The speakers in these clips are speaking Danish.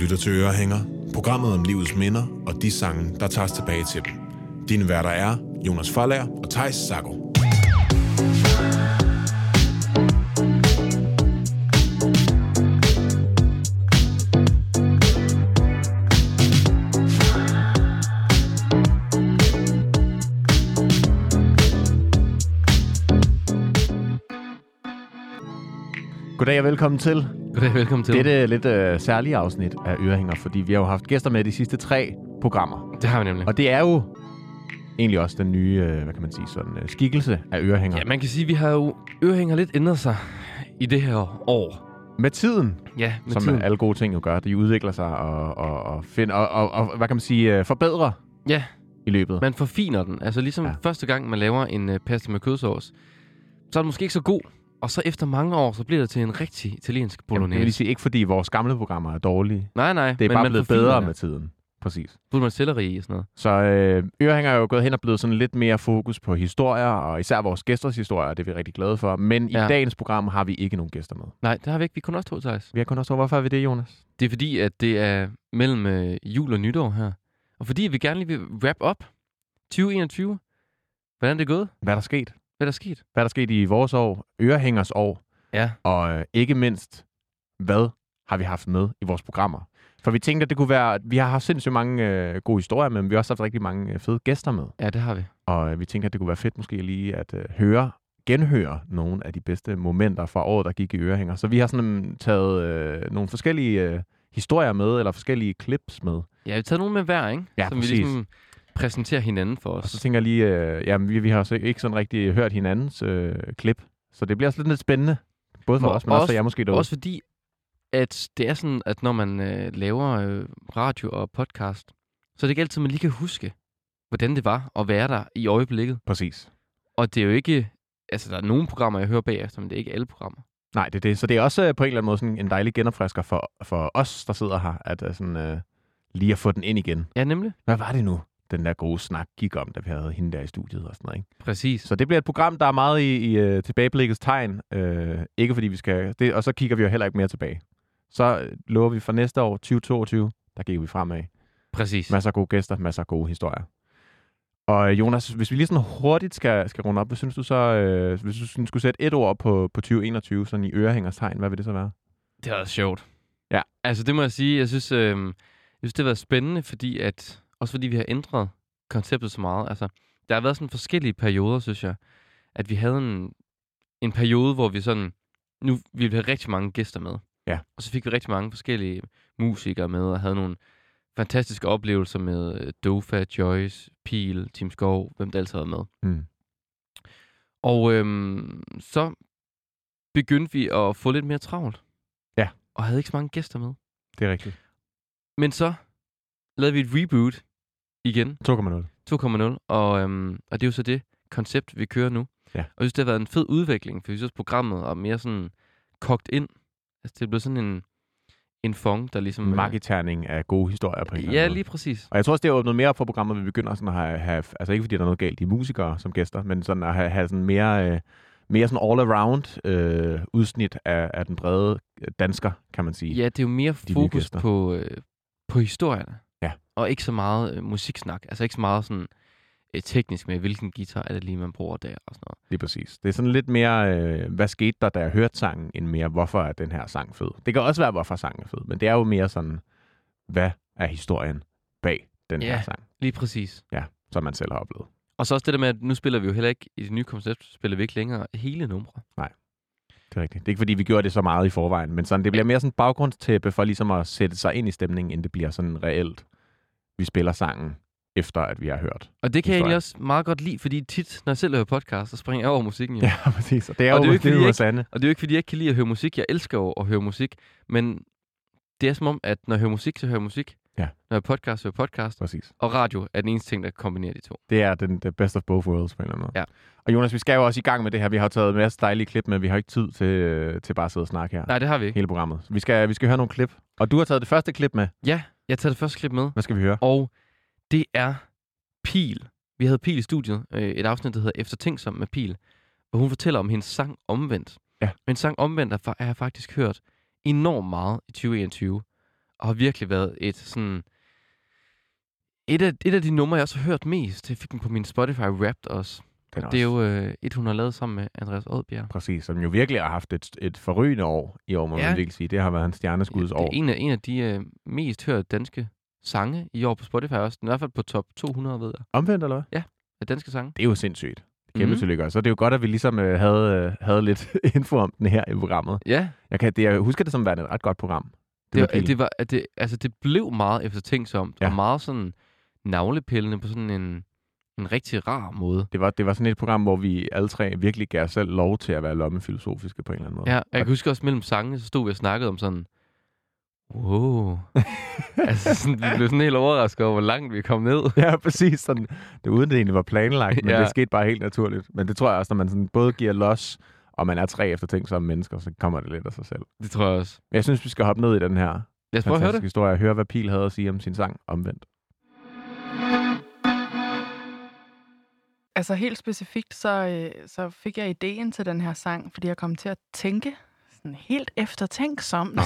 lytter til Ørehænger, programmet om livets minder og de sange, der tages tilbage til dem. Dine værter er Jonas Forlager og Theis Sago. Goddag og velkommen til. Goddag og velkommen til. Det er et lidt særlige afsnit af Ørehænger, fordi vi har jo haft gæster med de sidste 3 programmer. Det har vi nemlig. Og det er jo egentlig også den nye, hvad kan man sige, sådan skikkelse af Ørehænger. Ja, man kan sige, at vi har jo Ørehænger lidt ændret sig i det her år. Med tiden. Ja, med som tiden. alle gode ting jo gør. De udvikler sig og finder, og hvad kan man sige, forbedrer i løbet. Man forfiner den. Altså ligesom første gang, man laver en pasta med kødsovs, så er den måske ikke så god. Og så efter mange år, så bliver det til en rigtig italiensk bolognese. Jamen, det vil sige ikke, fordi vores gamle programmer er dårlige. Nej. Det er bare blevet bedre med tiden. Præcis. Putter man selleri i og sådan noget. Så Ørehænger er jo gået hen og blevet sådan lidt mere fokus på historier, og især vores gæsters historier, det er vi rigtig glade for. Men i dagens program har vi ikke nogen gæster med. Nej, det har vi ikke. Vi kun også 2, Theis. Vi har kun også 2. Hvorfor er vi det, Jonas? Det er fordi, at det er mellem jul og nytår her. Og fordi vi gerne lige vil wrap up 2021. Hvordan er det gået? Hvad er der sket? Hvad er der sket? Hvad er der sket i vores år? Ørehængers år. Ja. Og ikke mindst, hvad har vi haft med i vores programmer? For vi tænkte, at det kunne være... Vi har haft sindssygt mange gode historier, men vi har også haft rigtig mange fede gæster med. Ja, det har vi. Og vi tænker, at det kunne være fedt måske lige at genhøre nogle af de bedste momenter fra året, der gik i Ørehænger. Så vi har sådan taget nogle forskellige historier med, eller forskellige clips med. Ja, vi har taget nogle med hver, ikke? Ja, som præcis. Vi ligesom præsenterer hinanden for os. Og så tænker jeg lige, vi har så ikke sådan rigtig hørt hinandens klip. Så det bliver også lidt spændende. Både for os, men også for jer måske derude. Også fordi, at det er sådan, at når man laver radio og podcast, så er det ikke altid, man lige kan huske, hvordan det var at være der i øjeblikket. Præcis. Og det er jo ikke... Altså, der er nogle programmer, jeg hører bagefter, men det er ikke alle programmer. Nej, det er det. Så det er også på en eller anden måde sådan en dejlig genopfrisker for os, der sidder her, at sådan, lige at få den ind igen. Ja, nemlig. Hvad var det nu, den der gode snak gik om, da vi havde hende der i studiet og sådan noget, ikke? Præcis. Så det bliver et program, der er meget i tilbageblikkets tegn. Ikke fordi vi skal... Og så kigger vi jo heller ikke mere tilbage. Så lover vi for næste år, 2022, der giver vi fremad. Præcis. Masser af gode gæster, masser af gode historier. Og Jonas, hvis vi lige sådan hurtigt skal runde op, hvad synes du så, hvis du skulle sætte et ord på 2021, sådan i Ørehængers tegn, hvad vil det så være? Det har været sjovt. Ja. Altså, det må jeg sige. Jeg synes det har været spændende, fordi vi har ændret konceptet så meget. Altså, der har været sådan forskellige perioder, synes jeg. At vi havde en periode, hvor vi sådan... Nu ville vi have rigtig mange gæster med. Ja. Og så fik vi rigtig mange forskellige musikere med, og havde nogle fantastiske oplevelser med Dofa, Joyce, Pil, Tim Skov, hvem der altid havde med. Mm. Og så begyndte vi at få lidt mere travlt. Ja. Og havde ikke så mange gæster med. Det er rigtigt. Men så lavede vi et reboot igen. 2,0. 2,0. Og det er jo så det koncept, vi kører nu. Ja. Og jeg synes, det har været en fed udvikling, for vi synes, programmet er mere sådan kogt ind. Altså, det er blevet sådan en fong, der ligesom... En magiterning af gode historier på en eller anden Ja, måde. lige præcis. Og jeg tror også, det har åbnet mere op for programmet, vi begynder sådan at have altså ikke fordi der er noget galt i musikere som gæster, men sådan at have sådan mere sådan all-around udsnit af den brede dansker, kan man sige. Ja, det er jo mere fokus på historierne. Ja. Og ikke så meget musiksnak. Altså ikke så meget sådan teknisk med, hvilken guitar er det lige, man bruger der og sådan noget. Lige præcis. Det er sådan lidt mere, hvad skete der, da jeg hørte sangen, end mere, hvorfor er den her sang fed. Det kan også være, hvorfor sangen er fed, men det er jo mere sådan, hvad er historien bag den her sang. Lige præcis. Ja, som man selv har oplevet. Og så også det der med, at nu spiller vi jo heller ikke, i det nye koncept, spiller vi ikke længere hele numre. Nej, det er rigtigt. Det er ikke fordi, vi gjorde det så meget i forvejen, men sådan, det bliver mere sådan et baggrundstæppe for ligesom at sætte sig ind i stemningen, end det bliver sådan reelt, vi spiller sangen efter at vi har hørt. Og det kan jeg egentlig også meget godt lide, fordi tit, når jeg selv hører podcast, så springer jeg over musikken. Jo. Ja, præcis. Og det er jo ikke sande. Og det er jo ikke, fordi jeg ikke kan lide at høre musik. Jeg elsker jo at høre musik, men det er som om, at når jeg hører musik, så hører jeg musik. Ja. Når jeg podcast, så hører jeg podcast. Præcis. Og radio er den eneste ting, der kombinerer de to. Det er the best of both worlds på en eller anden måde. Ja. Og Jonas, vi skal jo også i gang med det her. Vi har taget en masse dejlige klip med. Vi har ikke tid til bare at sidde og snakke her. Nej, det har vi ikke. Hele programmet. Vi skal høre nogle klip. Og du har taget det første klip med. Ja, jeg har taget det første klip med. Hvad skal vi høre? Og det er Pil. Vi havde Pil i studiet. Et afsnit, der hedder Eftertænksom med Pil. Hvor hun fortæller om hendes sang Omvendt. Ja. Men sang Omvendt har jeg faktisk hørt enormt meget i 2021. og har virkelig været et af de numre, jeg også har hørt mest. Jeg fik den på min Spotify Wrapped også. Det er jo et, hun har lavet sammen med Andreas Odbjerg. Præcis, som jo virkelig har haft et forrygende år i år, må man virkelig sige. Det har været en stjerneskuds år. Det er en af de mest hørte danske sange i år på Spotify også. Den er i hvert fald på top 200, ved jeg. Omvendt, eller hvad? Ja, af danske sange. Det er jo sindssygt. Kæmpe tillykke. Så det er jo godt, at vi ligesom havde lidt info om den her i programmet. Ja. Jeg husker det som værende et ret godt program. Det blev meget eftertænksomt, og meget sådan navlepillende på sådan en rigtig rar måde. Det var sådan et program, hvor vi alle tre virkelig gav os selv lov til at være lommefilosofiske på en eller anden måde. Ja, jeg kan huske også mellem sangene, så stod vi og snakkede om sådan, wow. Altså sådan, vi blev sådan helt overrasket over, hvor langt vi kom ned. Ja, præcis. Sådan, det uden det egentlig var planlagt, men det skete bare helt naturligt. Men det tror jeg også, når man sådan både giver los, og man er tre eftertænksomme mennesker, så kommer det lidt af sig selv. Det tror jeg også. Jeg synes, vi skal hoppe ned i den her fantastiske historie og høre, hvad Pil havde at sige om sin sang Omvendt. Altså helt specifikt, så fik jeg ideen til den her sang, fordi jeg kom til at tænke sådan helt eftertænksomt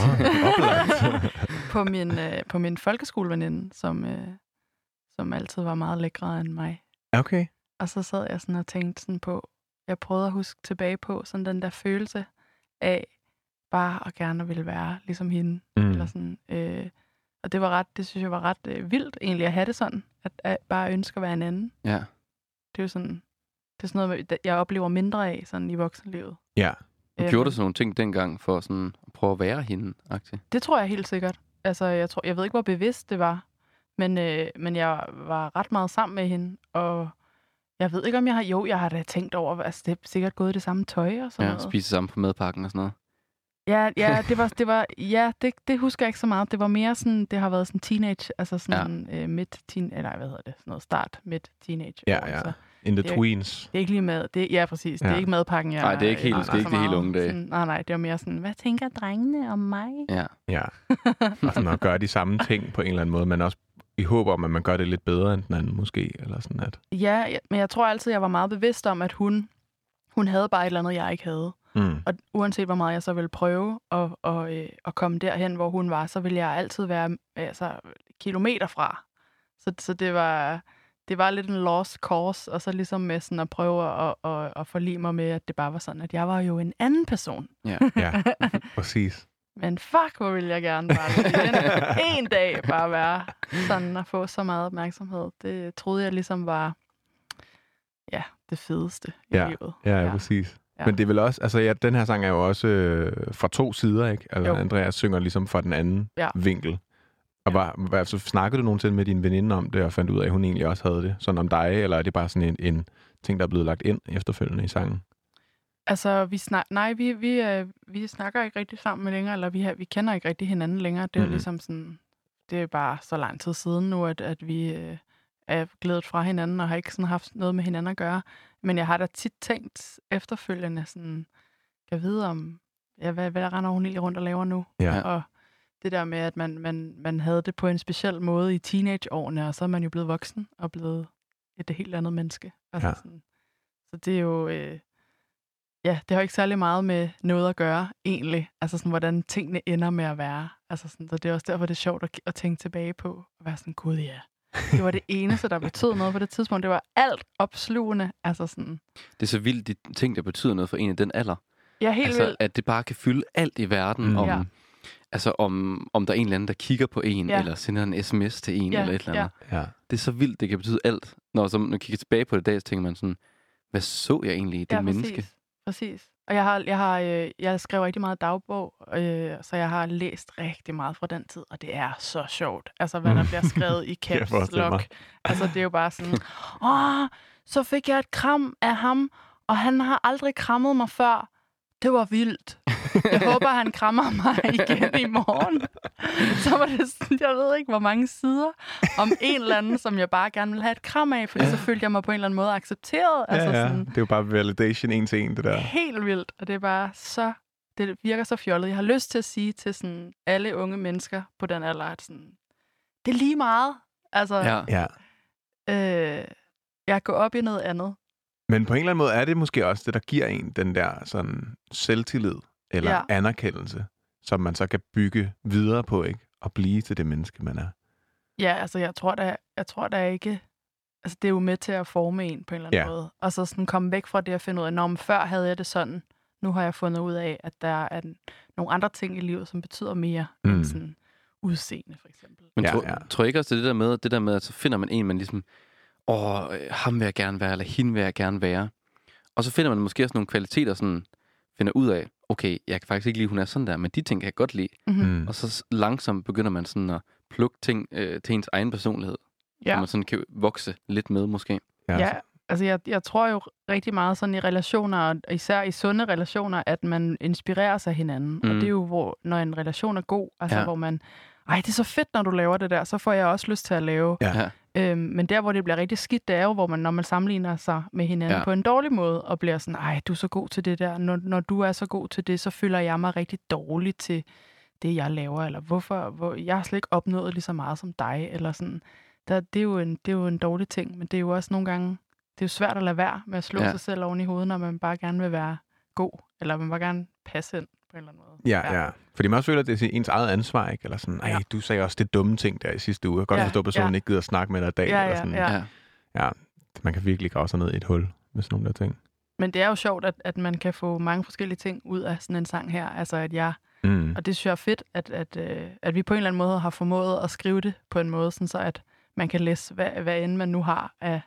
på min folkeskoleveninde, som altid var meget lækrere end mig. Okay. Og så sad jeg sådan og tænkte sådan på, jeg prøvede at huske tilbage på sådan den der følelse af bare at gerne ville være ligesom hende. Eller sådan, og det synes jeg var ret vildt egentlig at have det sådan, at bare ønske at være en anden. Ja. Det er jo sådan, det er sådan noget, jeg oplever mindre af sådan i voksenlivet. Ja. Gjorde du sådan nogle ting dengang for sådan at prøve at være hende-agtig? Det tror jeg helt sikkert. Altså, jeg ved ikke, hvor bevidst det var, men jeg var ret meget sammen med hende, og jeg ved ikke, om jeg har da tænkt over, altså det er sikkert gået det samme tøj og sådan noget. Ja, spise sammen på madpakken og sådan noget. Ja, det husker jeg ikke så meget. Det var mere sådan, det har været sådan teenage, altså sådan sådan noget start midt-teenage. Ja, ja. Så in the tweens. Det er ikke lige mad. Ja, præcis. Det er ikke madpakken, Nej, det er ikke helt, det helt unge dage. Nej, det var mere sådan, hvad tænker drengene om mig? Ja. Og sådan at gøre de samme ting på en eller anden måde, men også i håb om, at man gør det lidt bedre end den anden måske, eller sådan at. Ja, men jeg tror altid, jeg var meget bevidst om, at hun havde bare et eller andet, jeg ikke havde. Og uanset hvor meget jeg så ville prøve at komme derhen, hvor hun var, så ville jeg altid være kilometer fra. Så det var lidt en lost cause, og så ligesom med sådan at prøve at forlige mig med, at det bare var sådan, at jeg var jo en anden person. Ja, præcis. Men fuck, hvor ville jeg gerne bare en dag bare være sådan og få så meget opmærksomhed. Det troede jeg ligesom var det fedeste i livet. Ja, præcis. Ja. Men det er vel også, altså den her sang er jo også fra to sider, ikke? Altså Andreas synger ligesom fra den anden vinkel. Og så snakkede du nogensinde med din veninde om det, og fandt ud af, at hun egentlig også havde det sådan om dig, eller er det bare sådan en ting, der er blevet lagt ind efterfølgende i sangen? Altså, vi snakker ikke rigtig sammen med længere, eller vi kender ikke rigtig hinanden længere. Det er jo ligesom sådan, det er bare så lang tid siden nu, at vi er glædet fra hinanden, og har ikke sådan haft noget med hinanden at gøre. Men jeg har da tit tænkt efterfølgende, sådan, jeg ved om, hvad render hun egentlig rundt og laver nu? Ja. Og det der med, at man havde det på en speciel måde i teenageårene, og så er man jo blevet voksen og blevet et helt andet menneske. Altså sådan, så det er jo, det har jo ikke særlig meget med noget at gøre, egentlig. Altså sådan, hvordan tingene ender med at være. Altså sådan, så det er også derfor, det er sjovt at tænke tilbage på, og være sådan, gud ja. Det var det eneste, der betød noget på det tidspunkt. Det var alt opslugende. Altså sådan. Det er så vildt, de ting, der betyder noget for en af den alder. Ja, helt vildt. At det bare kan fylde alt i verden om der er en eller anden, der kigger på en, eller sender en sms til en, eller et eller andet. Ja. Det er så vildt, det kan betyde alt. Når man kigger tilbage på det i dag, så tænker man sådan, hvad så jeg egentlig i det menneske? Præcis. Og jeg skrev rigtig meget dagbog, så jeg har læst rigtig meget fra den tid, og det er så sjovt. Altså, hvad der bliver skrevet i caps lock. Altså, det er jo bare sådan, så fik jeg et kram af ham, og han har aldrig krammet mig før. Det var vildt. Jeg håber, han krammer mig igen i morgen. Så var det sådan, jeg ved ikke, hvor mange sider om en eller anden, som jeg bare gerne vil have et kram af, fordi så følte jeg mig på en eller anden måde accepteret. Altså sådan, det er jo bare validation en til en, det der. Helt vildt, og det er bare så, det virker så fjollet. Jeg har lyst til at sige til sådan alle unge mennesker på den alder, at sådan, det er lige meget. Altså, jeg går op i noget andet. Men på en eller anden måde er det måske også det, der giver en den der sådan selvtillid eller anerkendelse, som man så kan bygge videre på, ikke? at blive til det menneske, man er. Ja, altså jeg tror da ikke... Altså det er jo med til at forme en på en eller anden måde. Og så sådan komme væk fra det og finde ud af, når før havde jeg det sådan, nu har jeg fundet ud af, at der er nogle andre ting i livet, som betyder mere end sådan udseende, for eksempel. Men tror jeg ikke også, det der med, at så finder man en, man ligesom, ham vil jeg gerne være, eller hende vil jeg gerne være. Og så finder man måske også nogle kvaliteter, sådan finder ud af, okay, jeg kan faktisk ikke lide, hun er sådan der, men de ting kan jeg godt lide. Mm-hmm. Og så langsomt begynder man sådan at plukke ting til ens egen personlighed. Ja. Så man sådan kan vokse lidt med, måske. Ja, altså jeg tror jo rigtig meget sådan i relationer, og især i sunde relationer, at man inspirerer sig hinanden. Og det er jo, når en relation er god, altså hvor man, det er så fedt, når du laver det der, så får jeg også lyst til at lave. Ja. Men der, hvor det bliver rigtig skidt, det er jo, når man sammenligner sig med hinanden på en dårlig måde, og bliver sådan, du er så god til det der. Når du er så god til det, så føler jeg mig rigtig dårlig til det, jeg laver. Eller hvor jeg har slet ikke opnået lige så meget som dig, eller sådan. Det er jo en dårlig ting, men det er jo også nogle gange, det er jo svært at lade være med at slå sig selv oven i hovedet, når man bare gerne vil være god, eller man bare gerne passe ind på en eller anden måde. Ja. Fordi man også føler, at det er ens eget ansvar, ikke? Eller sådan, du sagde også det dumme ting der i sidste uge. Jeg kan godt forstå, at personen ikke gider at snakke med dig i dag. Eller sådan. Ja, man kan virkelig grave sig ned i et hul med sådan nogle der ting. Men det er jo sjovt, at man kan få mange forskellige ting ud af sådan en sang her. Altså, at jeg... Og det synes jeg er fedt, at vi på en eller anden måde har formået at skrive det på en måde, sådan så at man kan læse, hvad end man nu har af,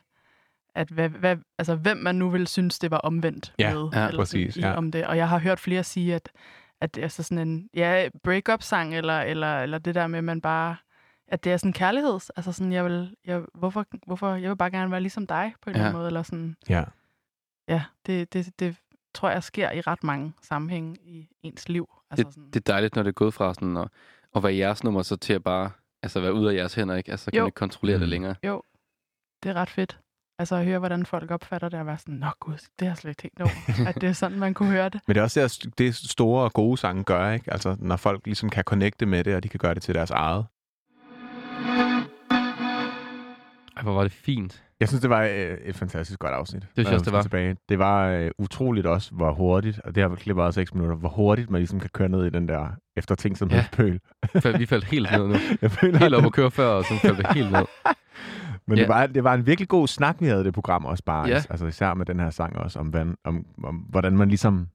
altså hvem man nu vil synes, det var omvendt med. Eller præcis. Om det. Og jeg har hørt flere sige, at det er så sådan en break-up-sang, eller det der med, man bare, at det er sådan en kærligheds. Altså sådan, jeg vil bare gerne være ligesom dig, på en eller anden måde. Eller sådan. Ja, det tror jeg sker i ret mange sammenhænge i ens liv. Altså det er dejligt, når det er gået fra sådan at være jeres nummer, så til at bare være ude af jeres hænder, ikke? Altså, så kan man ikke kontrollere det længere. Jo, det er ret fedt. Altså at høre, hvordan folk opfatter det, og være sådan, gud, det har jeg slet ikke tænkt over, at det er sådan, man kunne høre det. Men det er også det store og gode sange gør, ikke? Altså, når folk ligesom kan connecte med det, og de kan gøre det til deres eget. Hvor var det fint. Jeg synes, det var et fantastisk godt afsnit. Det synes jeg også, det var. Tilbage. Det var utroligt også, hvor hurtigt, og det har klippet også 6 minutter, hvor hurtigt man ligesom kan køre ned i den der eftertænksomhedspøl. Vi faldt helt ned nu. Helt op at køre før, og så faldt vi helt ned. Men det var en virkelig god snak, vi havde det program også bare. Ja. Altså især med den her sang også, om hvordan man ligesom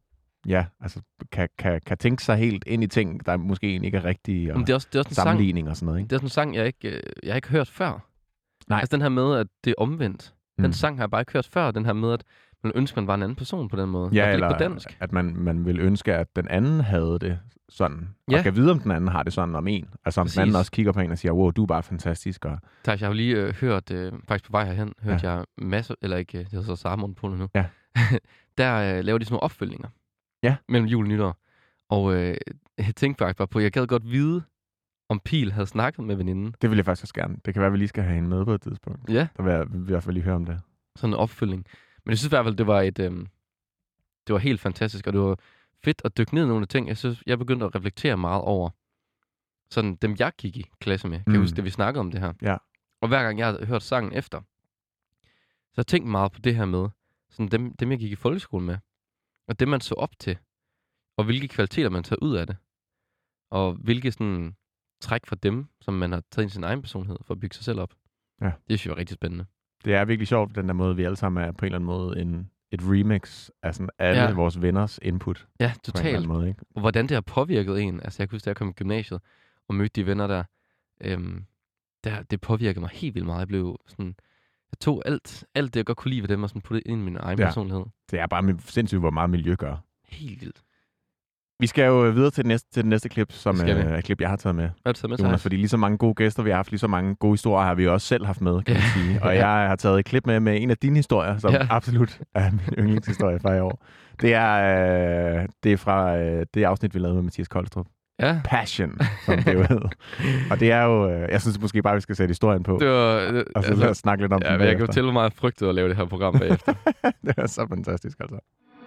kan tænke sig helt ind i ting, der måske egentlig ikke er rigtige, og det er også sammenligning og sådan noget. Ikke? Det er sådan en sang, jeg ikke hørt før. Nej. Altså den her med, at det er omvendt. Den sang har jeg bare ikke hørt før, den her med, at man ønsker, man var en anden person på den måde. Ja, eller på dansk. At man vil ønske, at den anden havde det sådan. Og kan vide, om den anden har det sådan om en. Altså om den anden også kigger på en og siger, wow, du er bare fantastisk. Og... Tak, jeg har lige hørt, faktisk på vej herhen, jeg masser, eller ikke, det er så Sarmon på nu. Ja. Der laver de sådan nogle opfølgninger. Ja. Mellem jul og nytår. Og jeg tænkte faktisk bare på, jeg gad godt vide, om Pil havde snakket med veninden. Det vil jeg faktisk også gerne. Det kan være, at vi lige skal have hende med på et tidspunkt. Ja. Der vil jeg i hvert fald lige høre om det. Sådan en opfølging. Men jeg synes i hvert fald, det var helt fantastisk, og det var fedt at dykke ned i nogle af ting. Jeg synes, jeg begyndte at reflektere meget over sådan dem, jeg gik i klasse med. Kan jeg huske, det vi snakkede om det her? Ja. Og hver gang jeg havde hørt sangen efter, så jeg tænkte meget på det her med, sådan dem jeg gik i folkeskole med, og det man så op til, og hvilke kvaliteter man tager ud af det, og hvilke sådan træk fra dem, som man har taget i sin egen personlighed for at bygge sig selv op. Ja. Det synes jeg var rigtig spændende. Det er virkelig sjovt, den der måde, vi alle sammen er på en eller anden måde et remix af sådan alle vores venners input. Ja, totalt. Måde, ikke? Og hvordan det har påvirket en. Altså jeg kunne huske, da jeg kom i gymnasiet og mødte de venner der, det påvirkede mig helt vildt meget. Jeg blev sådan, jeg tog alt det, jeg godt kunne lide ved dem, og sådan puttede ind i min egen personlighed. Det er bare sindssygt, hvor meget miljø gør. Helt vildt. Vi skal jo videre til det næste klip, som er et klip, jeg har taget med. Hvad har du taget med, Jonas, fordi lige så mange gode gæster, vi har haft, lige så mange gode historier har vi også selv haft med, kan man sige. Og jeg har taget et klip med en af dine historier, som absolut er min yndlingshistorie fra i år. Det er fra det afsnit, vi lavede med Mathias Koldstrup. Ja. Passion, som det jo hedder. Og det er jo... jeg synes måske bare, vi skal sætte historien på. Og så lad os snakke lidt om den bagefter. Jeg kan fortælle, hvor meget jeg frygtede at lave det her program bagefter. Det er så fantastisk, altså.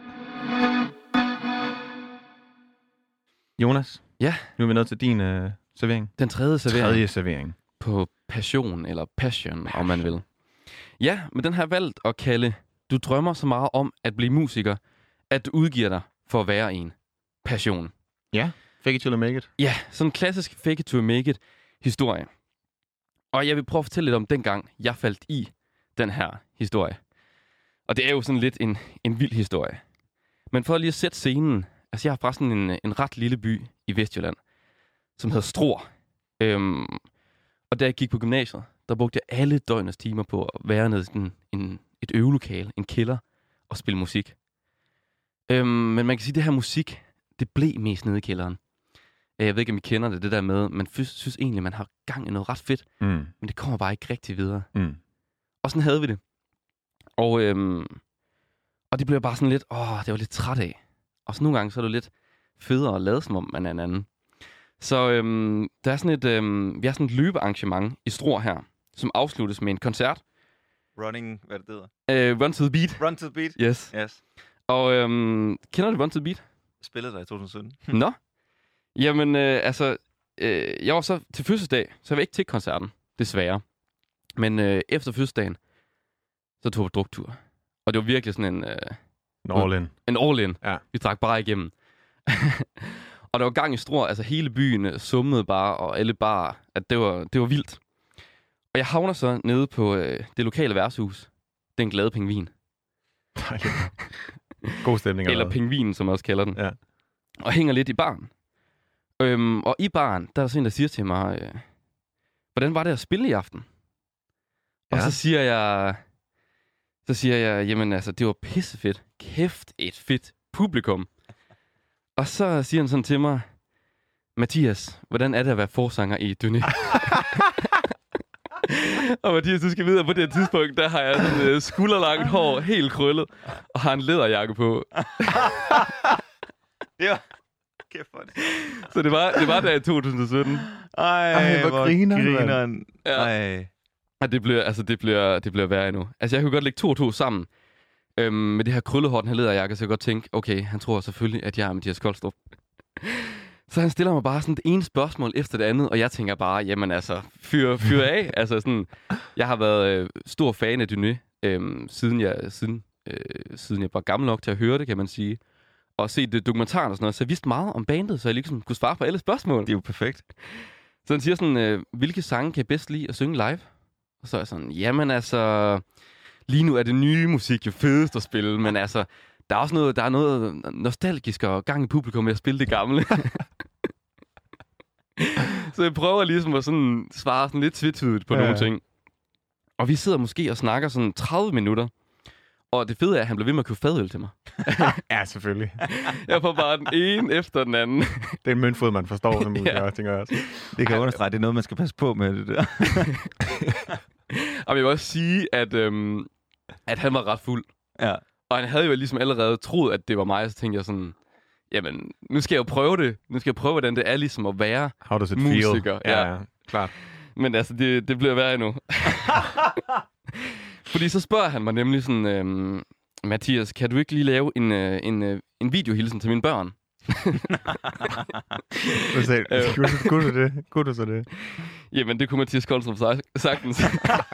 Jonas, nu er vi nået til din servering. Den tredje servering. På passion, eller passion, om man vil. Ja, men den har valgt at kalde, du drømmer så meget om at blive musiker, at du udgiver dig for at være en passion. Ja. Fake it till you make it. Ja, sådan en klassisk fake it to make it historie. Og jeg vil prøve at fortælle lidt om dengang, jeg faldt i den her historie. Og det er jo sådan lidt en vild historie. Men for lige at sætte scenen, altså jeg har forresten en ret lille by i Vestjylland, som hedder Struer. Og da jeg gik på gymnasiet, der brugte jeg alle døgnets timer på at være nede i et øvelokale, en kælder, og spille musik. Men man kan sige, at det her musik, det blev mest nede i kælderen. Jeg ved ikke, om I kender det der med, man synes egentlig, man har gang i noget ret fedt, men det kommer bare ikke rigtig videre. Og sådan havde vi det. Og det blev bare sådan lidt, det var lidt træt af. Og så nogle gange, så er det lidt federe at lade, som om man er en anden. Så der er sådan vi har sådan et løbearrangement i Struer her, som afsluttes med en koncert. Running, hvad det hedder? Run to the Beat. Run to the Beat? Yes. Og kender du Run to the Beat? Spillede der i 2017. Nå. Jamen, jeg var så til fødselsdag, så jeg var ikke til koncerten, desværre. Men efter fødselsdagen, så tog vi på druktur. Og det var virkelig sådan en all-in. En all-in. Ja. Vi drak bare igennem. Og der var gang i Struer, altså hele byen summede bare, og alle bare, at det var vildt. Og jeg havner så nede på det lokale værtshus. Den glade pingvin. God stemning. Eller pingvinen, som man også kalder den. Ja. Og hænger lidt i baren. Og i baren, der er der sådan en, der siger til mig, hvordan var det at spille i aften? Ja. Og så siger jeg, jamen altså, det var pissefedt. Kæft, et fedt publikum. Og så siger han sådan til mig, Mathias, hvordan er det at være forsanger i Dønne? Og Mathias, du skal vide, at på det tidspunkt, der har jeg sådan skulderlangt hår, helt krøllet, og har en læderjakke på. Ja. Kæft for det. Så det var der i 2017. Ej, hvor grineren. Ja. Og det bliver værre endnu. Altså, jeg kunne godt lægge 2 og 2 sammen. Med det her krøllehår, den her læderjakke, så jeg godt tænke, okay, han tror selvfølgelig, at jeg er Mathias Koldstrup. Så han stiller mig bare sådan det ene spørgsmål efter det andet, og jeg tænker bare, jamen altså, fyr af. Altså sådan, jeg har været stor fan af Dønne, siden jeg var gammel nok til at høre det, kan man sige. Og set dokumentaren og sådan noget, så jeg vidste meget om bandet, så jeg ligesom kunne svare på alle spørgsmål. Det er jo perfekt. Så han siger sådan, hvilke sange kan jeg bedst lide at synge live? Og så er jeg sådan, jamen altså, lige nu er det nye musik jo fedest at spille, men altså, der er noget nostalgisk og gang i publikum med at spille det gamle. Så jeg prøver ligesom at sådan svare sådan lidt tvetydigt på nogle ting. Og vi sidder måske og snakker sådan 30 minutter. Og det fede er, at han blev ved med at købe fadøl til mig. Ja, selvfølgelig. Jeg får bare den ene efter den anden. Det er en møntfod, man forstår, som musiker, tænker jeg også. Det kan understrege, det er noget, man skal passe på med det der. Og jeg vil også sige, at han var ret fuld. Ja. Og han havde jo ligesom allerede troet, at det var mig, så tænkte jeg sådan, jamen, nu skal jeg jo prøve det. Nu skal jeg prøve, hvordan det er ligesom at være musiker. Ja, klart. Men altså, det bliver værre endnu. Fordi så spørger han mig nemlig sådan, Mathias, kan du ikke lige lave en videohilsen til mine børn? Kunne du så det? Jamen, det kunne Mathias Koldstrup sagtens.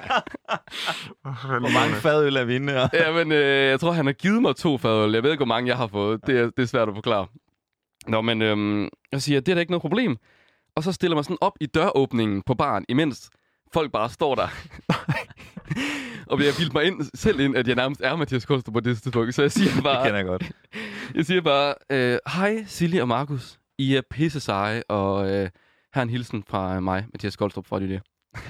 Hvor mange fadøl er vi inde her? Jamen, jeg tror, han har givet mig 2 fadøl. Jeg ved ikke, hvor mange jeg har fået. Det er svært at forklare. Nå, men jeg siger, det er da ikke noget problem. Og så stiller man sådan op i døråbningen på baren, imens folk bare står der. Og jeg bilder mig selv ind, at jeg nærmest er Mathias Koldstrup på det tidspunkt. Så jeg siger bare... Det kender jeg godt. Jeg siger bare, hej Silje og Markus. I er pisse seje, og her er en hilsen fra mig, Mathias Koldstrup, fra det.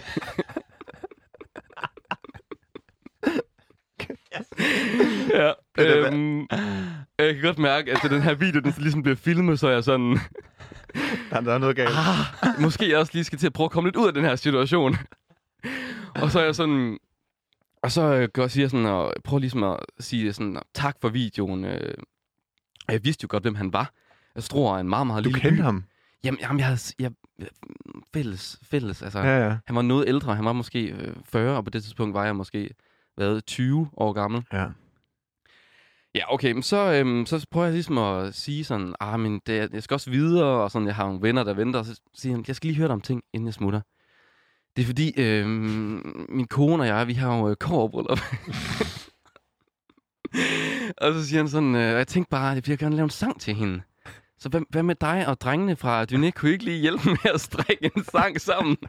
Ja, jeg kan godt mærke, at den her video, den ligesom bliver filmet, så jeg sådan... Der er noget galt. Måske jeg også lige skal til at prøve at komme lidt ud af den her situation. Og så er jeg sådan... Og så siger jeg sådan, og prøver ligesom at sige sådan, tak for videoen. Jeg vidste jo godt, hvem han var. Jeg tror, en meget, meget lille by. Du kendte ham? Jamen jeg havde... Fælles. Altså, ja. Han var noget ældre. Han var måske 40, og på det tidspunkt var jeg måske 20 år gammel. Ja. Ja, okay, men så prøver jeg ligesom at sige sådan, men jeg skal også videre, og sådan, jeg har nogle venner, der venter, og så siger han, jeg skal lige høre dig om ting, inden jeg smutter. Det er fordi, min kone og jeg, vi har jo kobberbryllup. Og så siger han sådan, jeg tænkte bare, at jeg vil gerne lave en sang til hende. Så hvad med dig og drengene fra Dyné? Kunne I ikke lige hjælpe med at strikke en sang sammen?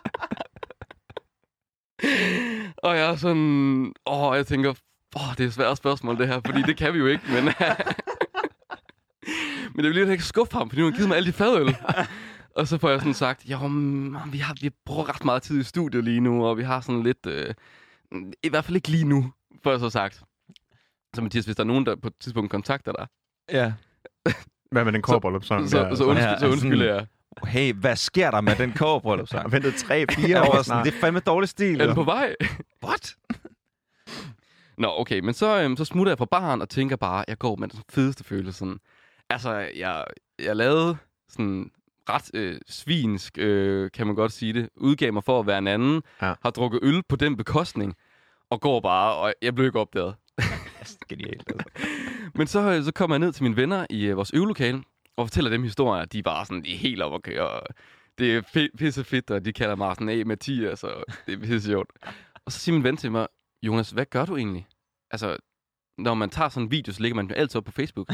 Og jeg er sådan... jeg tænker... det er et svært spørgsmål, det her, fordi det kan vi jo ikke, men... men det bliver ikke skuffe ham, fordi nu har givet mig alle de fadøl. Og så får jeg sådan sagt, vi bruger ret meget tid i studiet lige nu, og vi har sådan lidt... I hvert fald ikke lige nu, får jeg så sagt. Så Mathias, hvis der er nogen, der på et tidspunkt kontakter dig... Ja. Hvad med den kårbryllup-sang? Så undskylder jeg. Hey, hvad sker der med den kårbryllup-sang? Jeg har ventet 3-4 år snart. Det er fandme dårlig stil. Er den på vej? What? Nå, okay, men så smutter jeg fra baren og tænker bare, jeg går med den fedeste følelse. Sådan. Altså, jeg lavede sådan ret svinsk, kan man godt sige det, udgav mig for at være en anden, har drukket øl på den bekostning, og går bare, og jeg blev ikke opdaget. Genialt, altså. Men så kommer jeg ned til mine venner i vores øvelokale, og fortæller dem historier, de er bare sådan, de er helt op at køre, og det er pisse fedt, og de kalder mig sådan, hey Mathias, og det er pisse sjovt. Og så siger min ven til mig, Jonas, hvad gør du egentlig? Altså, når man tager sådan en video, så lægger man den altid op på Facebook.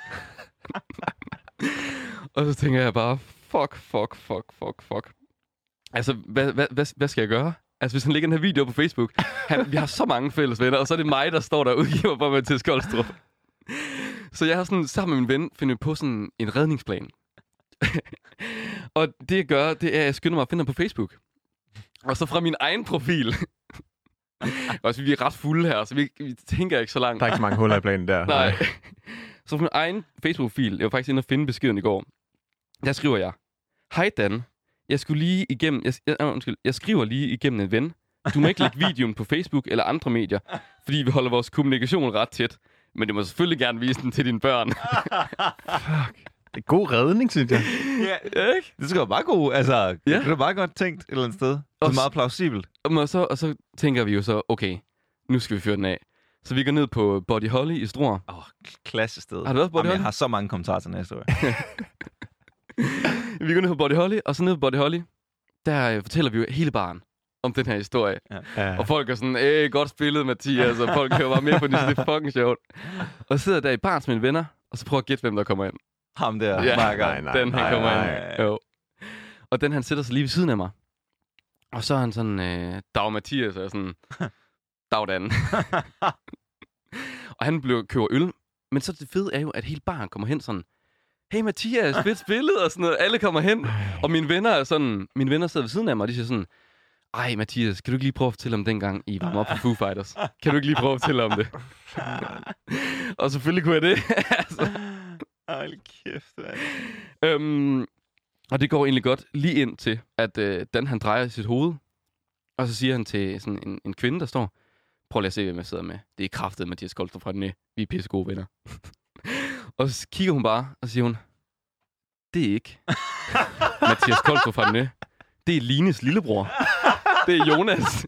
Og så tænker jeg bare, fuck. Altså, hvad skal jeg gøre? Altså, hvis han lægger den her video på Facebook, vi har så mange fælles venner, og så er det mig, der står der og udgiver for Mathias Koldstrup. Så jeg har sådan sammen med min ven fundet på sådan en redningsplan. Og det jeg gør, det er, at jeg skynder mig at finde ham på Facebook. Og så fra min egen profil. Også vi er ret fulde her, så vi tænker ikke så langt. Der er ikke så mange huller i planen der. Nej. Så fra min egen Facebook-profil, jeg var faktisk inde og finde beskeden i går. Der skriver jeg, hej Dan, jeg skriver lige igennem en ven. Du må ikke lægge videoen på Facebook eller andre medier, fordi vi holder vores kommunikation ret tæt. Men du må selvfølgelig gerne vise den til dine børn. Fuck. Det er god redning, synes jeg. Ja, ikke? Det skal være meget god. Altså, det er meget godt tænkt et eller andet sted. Det er meget plausibelt. Og så tænker vi jo så, okay, nu skal vi fyre den af. Så vi går ned på Body Holly i Struer. Klasse sted. Har du været på Body Holly? Jeg har så mange kommentarer til næste år. Vi går ned på Body Holly, og så ned på Body Holly, der fortæller vi jo hele baren om den her historie. Ja. Og folk er sådan, godt spillet, Mathias, og folk kører bare med på det, det er fucking sjovt. Og så sidder der i baren med mine venner, og så prøver at gætte, hvem der kommer ind. Ham der, nej, den han kommer ind. Jo. Og den han sætter sig lige ved siden af mig. Og så er han sådan, dag Mathias, og sådan, dag Dan. Og han køber øl. Men så det fede er jo, at hele baren kommer hen sådan, hey Mathias, fedt spillet, og sådan noget. Alle kommer hen, og mine venner sidder ved siden af mig, og de siger sådan, ej Mathias, kan du ikke lige prøve at fortælle om dengang, I var op på Foo Fighters? Kan du ikke lige prøve at fortælle om det? Og selvfølgelig kunne jeg det. Altså. Hold kæft, man. Og det går egentlig godt lige ind til, at Dan han drejer sit hoved, og så siger han til sådan en kvinde, der står, prøv lige at se, hvem jeg sidder med. Det er kraftet Mathias Koldstrup fra Dyné. Vi er pisse gode venner. Og så kigger hun bare, og så siger hun, det er ikke Mathias Koldstrup fra Dyné. Det er Lines lillebror. Det er Jonas.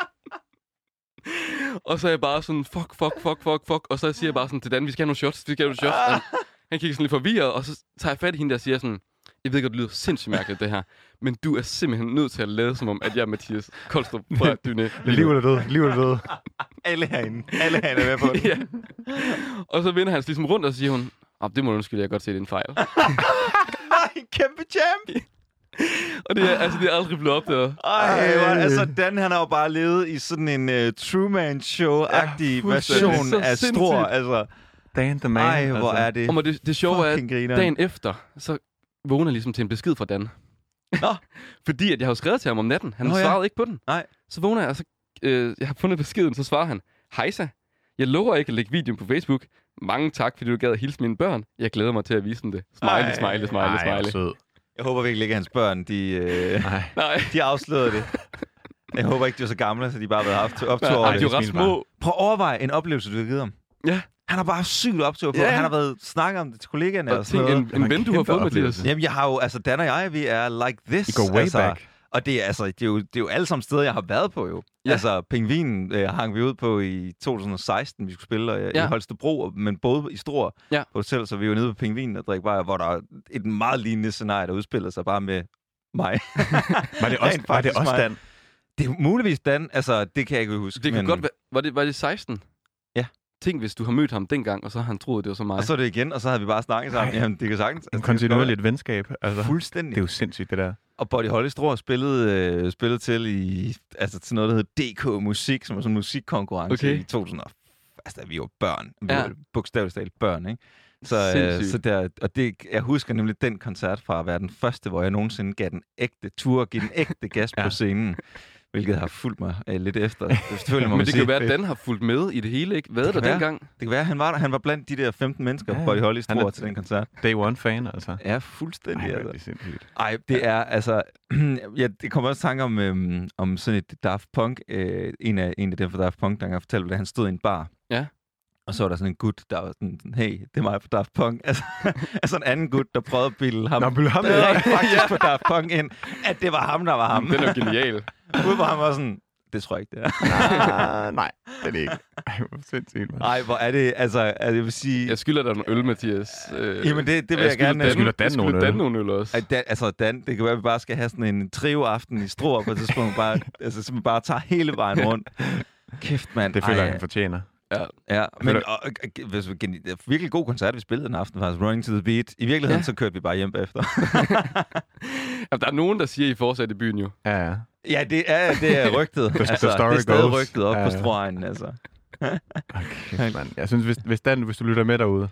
Og så er jeg bare sådan, fuck. Og så siger jeg bare sådan til Dan, vi skal have nogle shots. Han kigger sådan lidt forvirret, og så tager jeg fat i hende der og siger sådan, jeg ved godt, det lyder sindssygt mærkeligt, det her. Men du er simpelthen nødt til at lade som om, at jeg er Mathias Koldstrup fra Dyné. Livet er død. Alle herinde er med på det. Ja. Og så vender han ligesom rundt, og så siger hun, det må du undskylde, jeg godt se, det er en fejl. Nej, kæmpe champ! Og det er aldrig blevet opdaget. Altså Dan, han har jo bare levet i sådan en Truman Show-agtig version af Struer. Altså, Dan the man. hvor er det. Og det sjove er, at dagen efter, så vågner jeg ligesom til en besked fra Dan. Fordi at jeg har skrevet til ham om natten. Han svarede ikke på den. Nej. Så vågner jeg, og så jeg har fundet beskeden, så svarer han, hejsa, jeg lover ikke at lægge videoen på Facebook. Mange tak, fordi du gad at hilse mine børn. Jeg glæder mig til at vise dem det. Smiley. Jeg håber virkelig ikke, at hans børn, de afslørede det. Jeg håber ikke, de var så gamle, så de bare har været optur over det. De er ret små. Prøv at overveje en oplevelse, du har givet ham. Ja. Han har bare sygt optur på. Ja. Han har været snakket om det til kollegaerne. Og sådan noget. En ven, du har fået, Mathias. Jamen, jeg har jo, altså Dan og jeg, vi er like this. I går way back. Og det er jo alle sammen steder, jeg har været på jo. Ja. Altså, Pingvinen hang vi ud på i 2016, vi skulle spille i Holstebro, men både i Struer på hotel, så vi var nede på Pingvinen og drikke bare, hvor der er et meget lignende scenarie, der udspiller sig bare med mig. var det også Dan? Det er muligvis Dan, altså det kan jeg ikke huske. Det kan godt være, var det 16? Ja. tænk, hvis du har mødt ham dengang, og så har han troet, det var så mig. Og så er det igen, og så havde vi bare snakket sammen. Jamen, det kan sagtens. En kontinuerligt venskab. Altså, fuldstændig. Det er jo sindssygt, det der. Og Buddy Holly Stroh spillede til i til noget, der hedder DK Musik, som er sådan en musikkonkurrence i 2000. Altså, vi var børn. Vi var bogstaveligt talt børn, ikke? Jeg husker nemlig den koncert fra at være den første, hvor jeg nogensinde gav den ægte gas på scenen. Hvilket har fulgt mig lidt efter. Men det kan jo være, at den har fulgt med i det hele, ikke? Hvad der dengang? Det kan være, han var blandt de der 15 mennesker, Buddy Holly Stroh til den koncert. Day one fan, altså. Ja, fuldstændig. Det er sindssygt. Ej, det er altså... det kommer også tanke om sådan et Daft Punk. En af dem fra Daft Punk, der engang fortalte, hvordan han stod i en bar. Ja. Og så var der sådan en gut, der var sådan, hey, det er mig fra Daft Punk. Altså en anden gut, der prøvede at bilde ham. Faktisk på Daft Punk ind, at det var ham, der var ham. Det er jo genial. Ude på ham var sådan, det tror jeg ikke, det er. Nej, det er det ikke. Ej, hvor sindssygt, man. Ej, hvor er det, altså, jeg vil sige... Jeg skylder dig nogle øl, Mathias. Jamen, det vil jeg gerne. Jeg skylder Dan nogle øl også. Dan, det kan være, at vi bare skal have sådan en trio-aften i Struer på et tidspunkt, så vi bare tager hele vejen rundt. Kæft, mand. Det føler jeg, han fortjener. Ja, men det er virkelig god koncert, vi spillede den aften, faktisk. Running to the Beat. I virkeligheden, så kørte vi bare hjem bagefter. Der er nogen, der siger, I fortsat i byen jo. Ja. Ja, det er rygtet. The story det er stadig goes. rygtet op på Stroegnen, altså. Okay, man. Jeg synes, hvis du lytter med derude,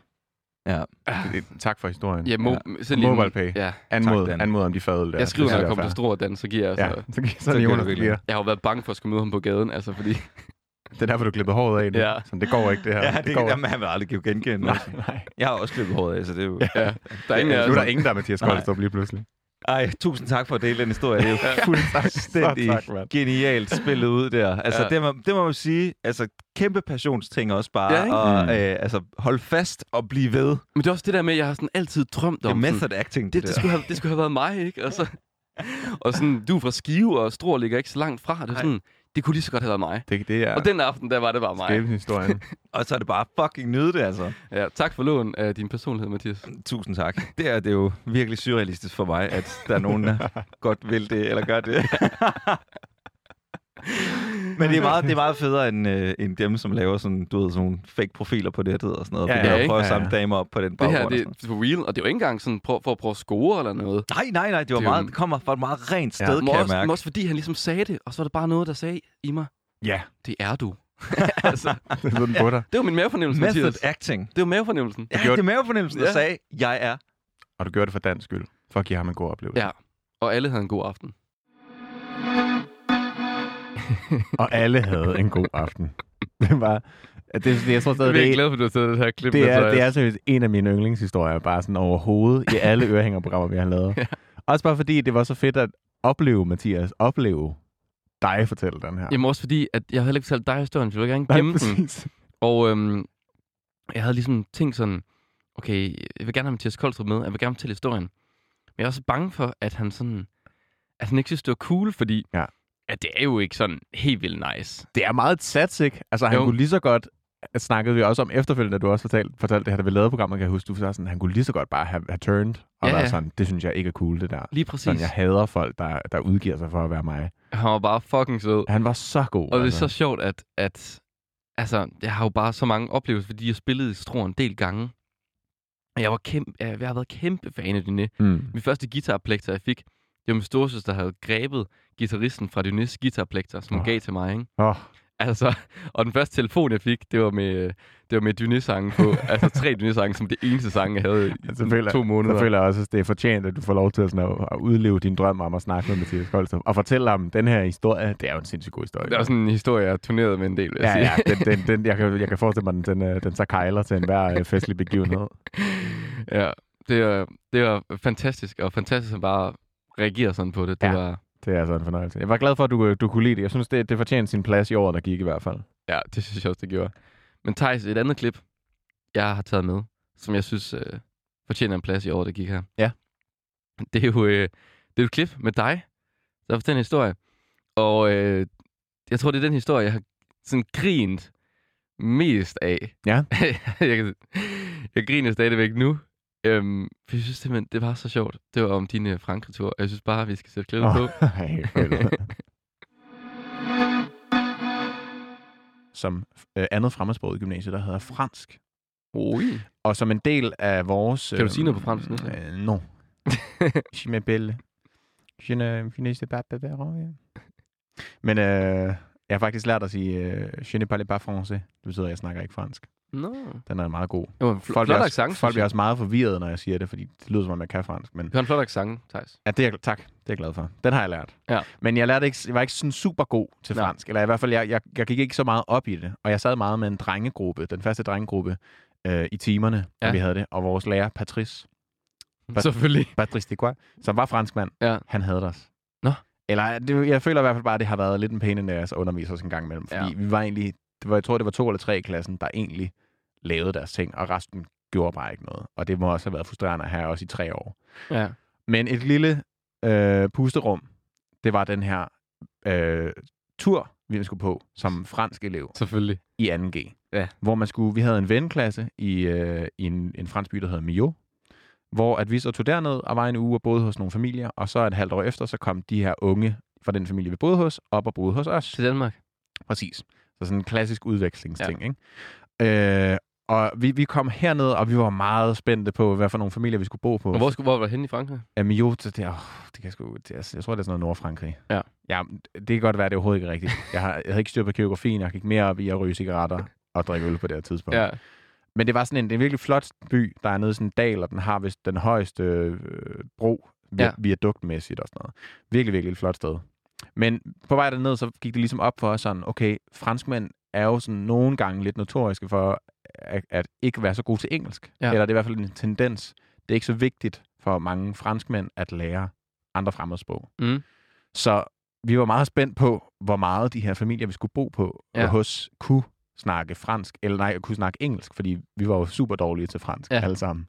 tak for historien. Ja, MobilePay. Ja. Anmod om de fadøl der. Jeg skriver, når jeg kommer til Struer, Dan, så giver jeg altså... Så Jonas giver. Jeg har jo været bange for at skulle møde ham på gaden, altså fordi... Det er derfor, du klippede håret af. Ja. Så det går ikke, det her. Ja, det går. Jamen, han vil aldrig give genkende. Nej. Jeg har også klippet håret af, så det er jo... Ja. Der er ingen, der er Mathias Koldstrup lige pludselig. Ej, tusind tak for at dele den historie. Det er jo fuldstændig genialt spillet ud der. Altså, det må man sige. Altså, kæmpe passionsting også bare. Og holde fast og blive ved. Men det er også det der med, at jeg har sådan altid drømt om... Det er method acting. Det skulle have været mig, ikke? Og sådan, du er fra Skive, og Struer ligger ikke så langt fra. Det er sådan... Det kunne lige så godt have været mig. Det er og den aften, der var det bare mig. Skæbnehistorien. Og så er det bare fucking nyde det, altså. Ja, tak for lån af din personlighed, Mathias. Tusind tak. Det er jo virkelig surrealistisk for mig, at der er nogen, der godt vil det, eller gør det. Men det er meget federe end dem, som laver sådan, du ved, sådan nogle fake profiler på nettet og sådan noget. Og prøver at samle damer op på den baggrund. Det her, det er for real, og det er jo ikke engang sådan for at prøve at score eller noget. Nej, det kommer fra et meget rent sted, kan jeg mærke. Men også fordi han ligesom sagde det, og så var det bare noget, der sagde i mig. Ja. Det er du. Altså, det var min mavefornemmelse, Method Mathias. acting. Det var mavefornemmelsen. Ja, det er mavefornemmelsen, der sagde, jeg er. Og du gjorde det for dansk skyld, for at give ham en god oplevelse. Ja, og alle havde en god aften. Og alle havde en god aften. Det var... jeg tror stadig, jeg er glad for, at du har taget det her klip. Det er seriøst en af mine yndlingshistorier, bare sådan overhovedet i alle ørehængerprogrammer, vi har lavet. Ja. Også bare fordi, det var så fedt at opleve, Mathias, dig fortælle den her. Jamen også fordi, at jeg havde heller ikke fortalt dig historien, så jeg ville gerne gemme den. Og jeg havde ligesom tænkt sådan, okay, jeg vil gerne have Mathias Koldstrup med, jeg vil gerne fortælle historien. Men jeg er også bange for, at han sådan, at han ikke synes, det var cool, fordi at det er jo ikke sådan helt vildt nice. Det er meget sats, ikke? Altså, han kunne lige så godt, snakkede vi også om efterfølgende, at du også fortalte det her, da vi lavede programmet, kan jeg huske, du sagde sådan, han kunne lige så godt bare have turned, og være sådan, det synes jeg ikke er cool, det der. Lige præcis. Sådan, jeg hader folk, der udgiver sig for at være mig. Han var bare fucking sød. Han var så god. Og det er så sjovt, at altså, jeg har jo bare så mange oplevelser, fordi jeg spillede i Struer en del gange. Og jeg har været kæmpe fan af Dyné. Min første guitarplekter, jeg fik, det var min storesøster, der havde grebet guitaristen fra Dynés guitarplekter, som hun gav til mig, ikke? Altså, og den første telefon, jeg fik, det var med Dyné-sangen på. Altså 3 Dyné-sange, som det eneste sang, jeg havde i 2 måneder. Så føler jeg også, at det er fortjent, at du får lov til at udleve din drøm om at snakke med Mathias Koldstrup. Og fortælle ham, den her historie, det er jo en sindssygt god historie. Det er også en historie, jeg har turneret med en del, vil jeg sige. Ja, jeg kan forestille mig, den så kejler til enhver festlig begivenhed. Ja, det var fantastisk, og fantastisk at bare reagere sådan på det. Det er altså en fornøjelse. Jeg var glad for, at du kunne lide det. Jeg synes, det fortjente sin plads i året, der gik i hvert fald. Ja, det synes jeg også, det gjorde. Men Theis, et andet klip, jeg har taget med, som jeg synes fortjener en plads i året, der gik her. Ja. Det er jo et klip med dig, der fortæller en historie. Og jeg tror, det er den historie, jeg har sådan grint mest af. Ja. jeg griner stadigvæk nu. For jeg synes simpelthen, det var så sjovt. Det var om din Frankrig-tur. Jeg synes bare, vi skal sætte klippet på. som andet fremmedsprog i gymnasiet, der hedder fransk. Oi. Og som en del af vores... Kan du sige noget på fransk nu? Non. Je m'appelle... Je ne sais pas parler. Men jeg har faktisk lært at sige, je ne parle pas français. Det betyder, at jeg snakker ikke fransk. No. Den er meget god. Flot accent. Folk bliver også meget forvirret, når jeg siger det, fordi det lyder som om, jeg kan fransk. Men... Du har en flot accent, Theis. Ja, tak. Det er jeg glad for. Den har jeg lært. Ja. Men jeg var ikke sådan super god til fransk. Eller i hvert fald, jeg gik ikke så meget op i det. Og jeg sad meget med en drengegruppe, den første drengegruppe, i timerne, hvor vi havde det. Og vores lærer, Patrice. Selvfølgelig. Patrice Decoy, som var franskmand. Ja. Han havde os. Nå. Eller jeg føler i hvert fald bare, at det har været lidt en pain in the ass at undervise os en gang imellem. Fordi vi var egentlig, jeg tror, det var 2 eller 3 i klassen, der egentlig lavede deres ting, og resten gjorde bare ikke noget. Og det må også have været frustrerende at have også i 3 år. Ja. Men et lille pusterum, det var den her tur, vi skulle på som fransk elev. Selvfølgelig. I 2G. Ja. Hvor vi havde en venneklasse i en fransk by, der hedder Millau, hvor at vi så tog derned og var en uge og boede hos nogle familier, og så et halvt år efter, så kom de her unge fra den familie, vi boede hos, op og boede hos os. Til Danmark? Præcis. Så sådan en klassisk udvekslingsting, ikke? Og vi kom herned, og vi var meget spændte på, hvad for nogle familier vi skulle bo på. Og hvor var det henne i Frankrig? Millau, det kan jeg tror, det er sådan noget Nordfrankrig. Ja. Ja, det kan godt være, det er overhovedet ikke rigtigt. Jeg havde ikke styr på geografien, jeg gik mere op i at ryge cigaretter og drikke øl på det her tidspunkt. Ja. Men det var sådan en virkelig flot by, der er nede i sådan en dal, og den har vist den højeste bro, viaduktmæssigt og sådan noget. Virkelig, virkelig et flot sted. Men på vej derned, så gik det ligesom op for os sådan, okay, franskmænd er jo sådan nogle gange lidt notoriske for at ikke være så gode til engelsk. Ja. Eller det er i hvert fald en tendens. Det er ikke så vigtigt for mange franskmænd at lære andre fremmedsprog. Mm. Så vi var meget spændt på, hvor meget de her familier, vi skulle bo på hos, kunne snakke fransk, eller nej, kunne snakke engelsk, fordi vi var jo super dårlige til fransk alle sammen.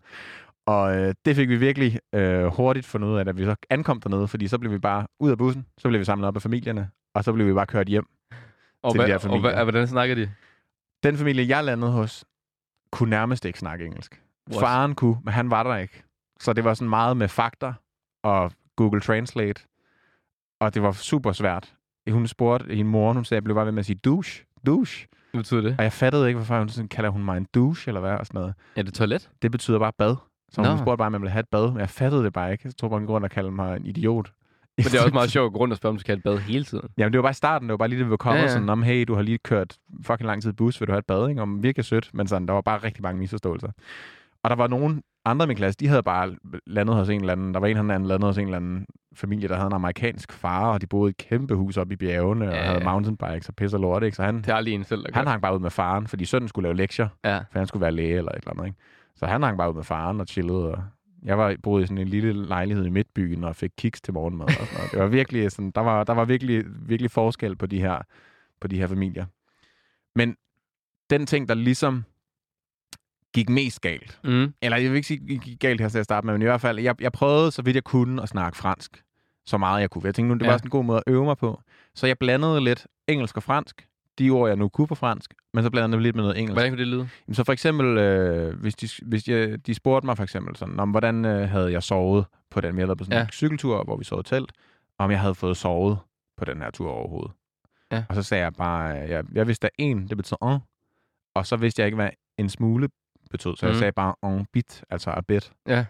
Og det fik vi virkelig hurtigt fundet ud af, at vi så ankom dernede, fordi så blev vi bare ud af bussen, så blev vi samlet op af familierne, og så blev vi bare kørt hjem til de her familier. Og hvordan snakker de? Den familie, jeg landede hos, kunne nærmest ikke snakke engelsk. Faren kunne, men han var der ikke. Så det var sådan meget med fakter og Google Translate, og det var super svært. Hun spurgte hende mor, hun sagde, jeg blev bare ved med at sige douche. Hvad betyder det? Og jeg fattede ikke, hvorfor hun sådan, kalder hun mig en douche, eller hvad, og sådan noget. Ja, det toilet? Det betyder bare bad. Så hun spurgte bare, om jeg ville have et bad, men jeg fattede det bare ikke. Jeg tror bare, en grund at kalde mig en idiot. Men det er også meget sjovt at gå rundt og spørge, om du skal have et bad hele tiden. Jamen, det var bare i starten. Det var bare lige det, vi var kommet sådan, om hey, du har lige kørt fucking lang tid i bus, vil du have et bad, ikke? Om virkelig sødt, men sådan, der var bare rigtig mange misforståelser. Og der var nogen andre i min klasse, de havde bare landet hos en eller anden, der var en eller anden landet hos en eller anden familie, der havde en amerikansk far, og de boede i et kæmpe hus oppe i bjergene, og havde mountainbikes og pisse og lort, ikke? Så han, det er lige en selv, han hang bare ud med faren, fordi sønnen skulle lave lektier, for han skulle være læge eller et eller andet, ikke? Så han hang bare ud med faren og chillede, og jeg boede i sådan en lille lejlighed i midtbyen og fik kiks til morgenmad og sådan noget. Det var virkelig sådan, der var virkelig forskel på de her familier. Men den ting, der ligesom gik mest galt, eller jeg vil ikke sige, gik galt her til at starte med, men i hvert fald, jeg prøvede så vidt jeg kunne at snakke fransk, så meget jeg kunne. Jeg tænkte nu, det var sådan en god måde at øve mig på. Så jeg blandede lidt engelsk og fransk, de ord, jeg nu kunne på fransk, men så blandede jeg lidt med noget engelsk. Hvordan kunne det lyde? Jamen, så for eksempel, hvis de spurgte mig for eksempel sådan, om hvordan havde jeg sovet på den, jeg havde på sådan en cykeltur, hvor vi sov i telt, og om jeg havde fået sovet på den her tur overhovedet. Ja. Og så sagde jeg bare, jeg vidste, at en, det betød en, og så vidste jeg ikke, hvad en smule betød, så jeg sagde bare en bit, altså a bit. Ja.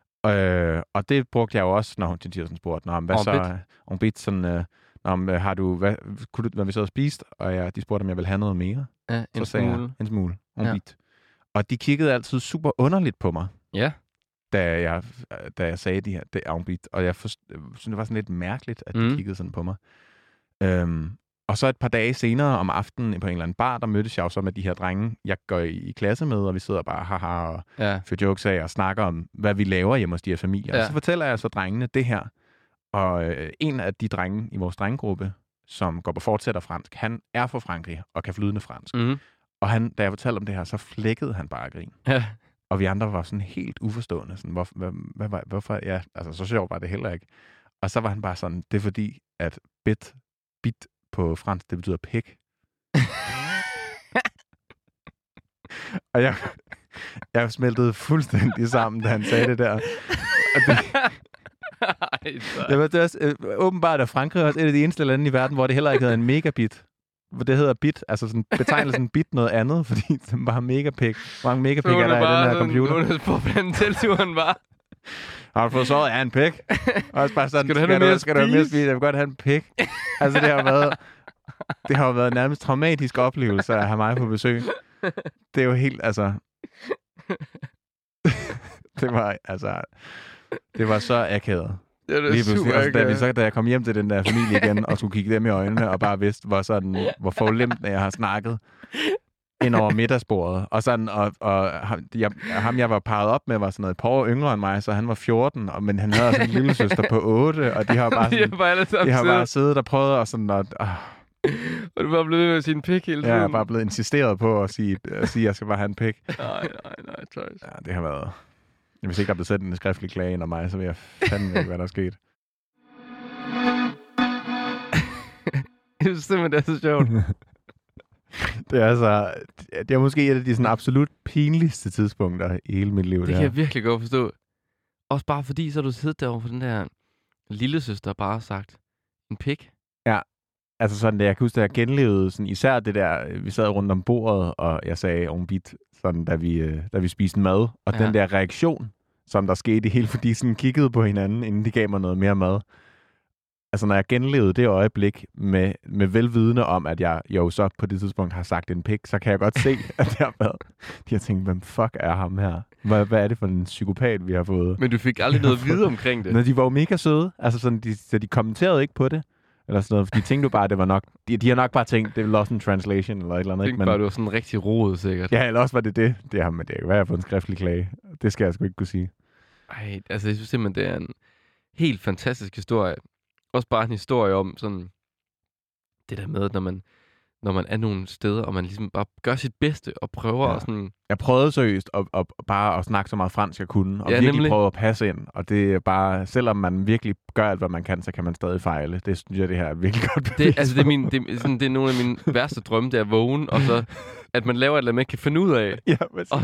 Og det brugte jeg jo også, når Tirsen spurgte, hvad så en bit, sådan... har du, hvad vi så havde spist, og de spurgte, om jeg ville have noget mere. Ja, så sagde jeg, en smule. Bit. Og de kiggede altid super underligt på mig, da jeg sagde det er en bit. Og jeg synes, det var sådan lidt mærkeligt, at de kiggede sådan på mig. Og så et par dage senere om aftenen på en eller anden bar, der mødtes jeg jo så med de her drenge, jeg går i klasse med, og vi sidder bare haha og fyrer jokes af og snakker om, hvad vi laver hjemme hos de her familier. Og så fortæller jeg så drengene det her. Og en af de drenge i vores drengegruppe, som går på fortsætter fransk, han er fra Frankrig og kan flydende fransk. Og da jeg fortalte om det her, så flækkede han bare af grin. Ja. Og vi andre var sådan helt uforstående. Sådan, hvorfor? Ja, altså så sjovt var det heller ikke. Og så var han bare sådan, det er fordi, at bit på fransk, det betyder pik. Og jeg smeltede fuldstændig sammen, da han sagde det der. Og det var også, åbenbart er Frankrig også et af de eneste lande i verden, hvor det heller ikke hedder en megabit. det hedder bit, altså sådan betegnelsen bit noget andet, fordi den var mega pik. Hvor mange megapik er der i den her computer? Hun er på vandtelturen bare. Har du fået såret af en pik? Og bare sådan, skal du have mere at spise? Jeg vil godt have en pik. Altså, det har været en nærmest traumatisk oplevelse at have mig på besøg. Det er jo helt, altså... det var så akavet. Ja, det er super altså, da jeg kom hjem til den der familie igen, og skulle kigge dem i øjnene, og bare vidste, hvor forlempende jeg har snakket ind over middagsbordet. Og sådan, ham jeg var parret op med, var sådan noget et par år yngre end mig, så han var 14, men han havde også en lille søster på 8, og de har bare sådan, de har bare siddet og prøvet og sådan, og du var blevet med sin pik hele tiden. Ja, jeg er bare blevet insisteret på at sige, at jeg skal bare have en pik. Nej, tøjs. Ja, det har været... Hvis ikke der er blevet sendt en skriftlig klage ind af mig, så vil jeg fandme ikke, hvad der er sket. Jeg synes simpelthen, det er så sjovt. Det er måske et af de sådan absolut pinligste tidspunkter i hele mit liv. Det kan jeg virkelig godt forstå. Også bare fordi, så har du siddet derovre for den der lillesøster og bare sagt en pik. Ja, altså sådan det. Jeg kan huske, at jeg genlevede sådan, især det der, vi sad rundt om bordet, og jeg sagde on beat, sådan, da vi spiste mad, og den der reaktion, som der skete hele, fordi sådan kiggede på hinanden, inden de gav mig noget mere mad. Altså, når jeg genlevede det øjeblik med velvidende om, at jeg jo så på det tidspunkt har sagt en pik, så kan jeg godt se, at det har været... De har tænkt, hvem fuck er ham her? Hvad er det for en psykopat, vi har fået? Men du fik aldrig noget at vide omkring det? Nå, de var jo mega søde. Altså, sådan, de kommenterede ikke på det. Eller sådan noget, for de tænkte jo bare, det var nok... De har nok bare tænkt, det er lost in translation, eller et eller andet. Jeg tænkte bare, det var sådan rigtig rodet, sikkert. Ja, eller også var det. Det kan være, jeg har fået en skriftlig klage. Det skal jeg sgu ikke kunne sige. Ej, altså, jeg synes simpelthen, det er en helt fantastisk historie. Også bare en historie om sådan... Det der med, at når man er nogle steder, og man ligesom bare gør sit bedste, og prøver at sådan... Jeg prøvede seriøst at bare at snakke så meget fransk, jeg kunne, og virkelig prøve at passe ind. Og det er bare, selvom man virkelig gør alt, hvad man kan, så kan man stadig fejle. Det synes jeg, det her er virkelig godt bevis. Det er nogle af mine værste drømme, det er at vågne, og så at man laver et eller andet, man ikke kan finde ud af. Ja,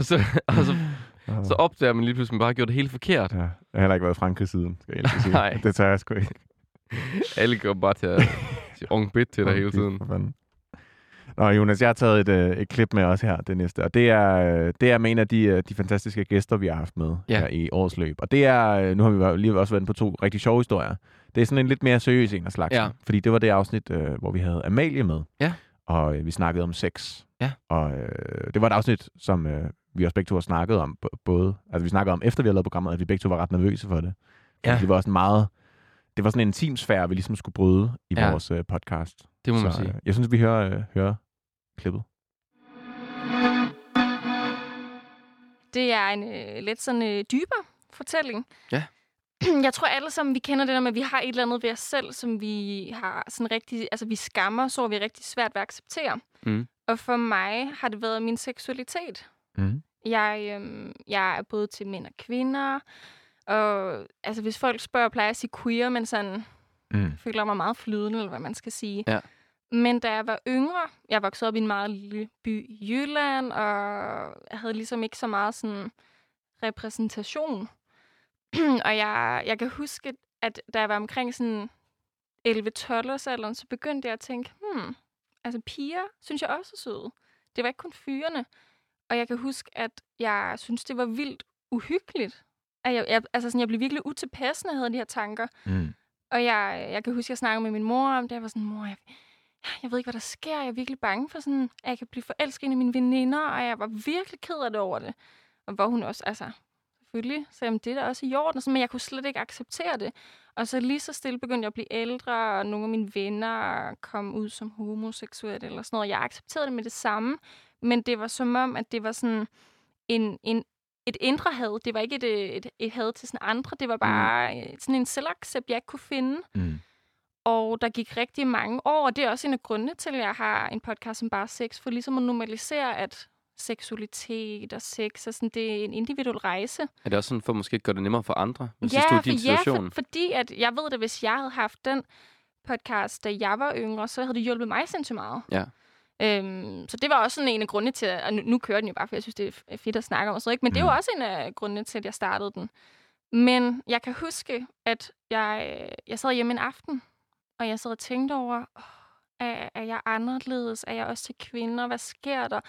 så opdager man lige pludselig, at man bare har gjort det helt forkert. Ja, jeg har heller ikke været i Frankrig siden, skal jeg sige. Nej. Det tager jeg sgu ikke. Alle går bare til at sige on bit til dig hele tiden. Nå, Jonas, jeg har taget et klip med os her, det næste. Og det er med en af de fantastiske gæster, vi har haft med her i årets løb. Og det er, nu har vi lige også været på 2 rigtig sjove historier. Det er sådan en lidt mere seriøs en af slagsen. Ja. Fordi det var det afsnit, hvor vi havde Amalie med. Ja. Og vi snakkede om sex. Ja. Og det var et afsnit, som vi også begge to har snakket om. Både, altså vi snakkede om, efter vi havde lavet programmet, at vi begge to var ret nervøse for det. Ja. Det var også det var sådan en intimsfære, vi ligesom skulle bryde i vores podcast. Det må man sige. Jeg synes, vi hører klippet. Det er en lidt sådan dybere fortælling. Ja. Jeg tror alle sammen, vi kender det der med, at vi har et eller andet ved os selv, som vi har sådan rigtig... Altså, vi skammer, så vi er rigtig svært ved at acceptere. Mm. Og for mig har det været min seksualitet. Mm. Jeg er både til mænd og kvinder. Og altså, hvis folk spørger, plejer jeg at sige queer, men sådan... føler mig meget flydende, eller hvad man skal sige. Ja. Men da jeg var yngre, jeg voksede op i en meget lille by i Jylland, og jeg havde ligesom ikke så meget sådan repræsentation. Og jeg kan huske, at da jeg var omkring sådan 11-12-årsalderen, så begyndte jeg at tænke, altså piger synes jeg også er søde. Det var ikke kun fyrene. Og jeg kan huske, at jeg synes, det var vildt uhyggeligt. At jeg blev virkelig utilpas, når jeg havde de her tanker. Mm. Og jeg kan huske, at jeg snakkede med min mor om det. Jeg var sådan, mor, jeg ved ikke, hvad der sker. Jeg er virkelig bange for sådan, at jeg kan blive forelsket i mine veninder. Og jeg var virkelig ked af det over det. Og hvor hun også, altså, selvfølgelig sagde, det er da også i orden. Men jeg kunne slet ikke acceptere det. Og så lige så stille begyndte jeg at blive ældre, og nogle af mine venner kom ud som homoseksuelle eller sådan noget. Jeg accepterede det med det samme. Men det var som om, at det var sådan et indre had. Det var ikke et had til sådan andre. Det var bare sådan en selvaccept, jeg ikke kunne finde. Mm. Og der gik rigtig mange år, og det er også en af grundene til, at jeg har en podcast som Bare Sex, for ligesom at normalisere, at seksualitet og sex og sådan, det er en individuel rejse. Er det også sådan for måske at gøre det nemmere for andre, hvis det stod i din situation? Fordi at jeg ved, at hvis jeg havde haft den podcast, da jeg var yngre, så havde det hjulpet mig sindssygt meget. Ja. Så det var også sådan en af grundene til, og nu kører den jo bare, for jeg synes, det er fedt at snakke om og sådan, ikke? Men det var også en af grundene til, at jeg startede den. Men jeg kan huske, at jeg sad hjemme en aften, og jeg sad og tænkte over, Er jeg anderledes? Er jeg også til kvinder? Hvad sker der?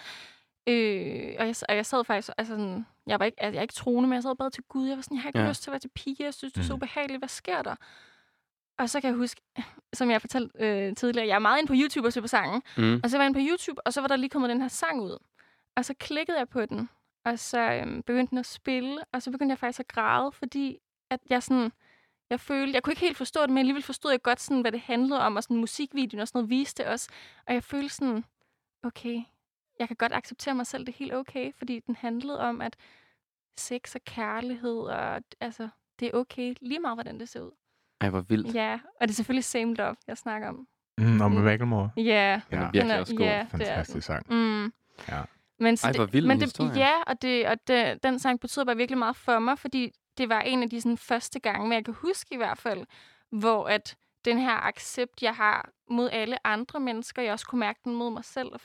Og jeg sad faktisk, altså sådan, jeg er ikke troende, men jeg sad og bad til Gud. Jeg var sådan, jeg har ikke lyst til at være til pige. Jeg synes, det er så ubehageligt. Hvad sker der? Og så kan jeg huske, som jeg fortalte tidligere, jeg er meget inde på YouTube og så på sangen. Og så var jeg inde på YouTube, og så var der lige kommet den her sang ud. Og så klikkede jeg på den, og så begyndte den at spille, og så begyndte jeg faktisk at græde, fordi at jeg følte, jeg kunne ikke helt forstå det, men alligevel forstod jeg godt, sådan, hvad det handlede om, og sådan musikvideoen og sådan noget viste også. Og jeg følte sådan, okay, jeg kan godt acceptere mig selv, det er helt okay, fordi den handlede om, at sex og kærlighed, og altså, det er okay, lige meget hvordan det ser ud. Ej, hvor vildt. Ja, og det er selvfølgelig Same Love, jeg snakker om. Og med Macklemore. Ja. Den er virkelig også god. Ja, fantastisk sang. Ja. Men hvor vild en historie. Ja, og den sang betyder bare virkelig meget for mig, fordi det var en af de sådan, første gange, men jeg kan huske i hvert fald, hvor at den her accept, jeg har mod alle andre mennesker, jeg også kunne mærke den mod mig selv, og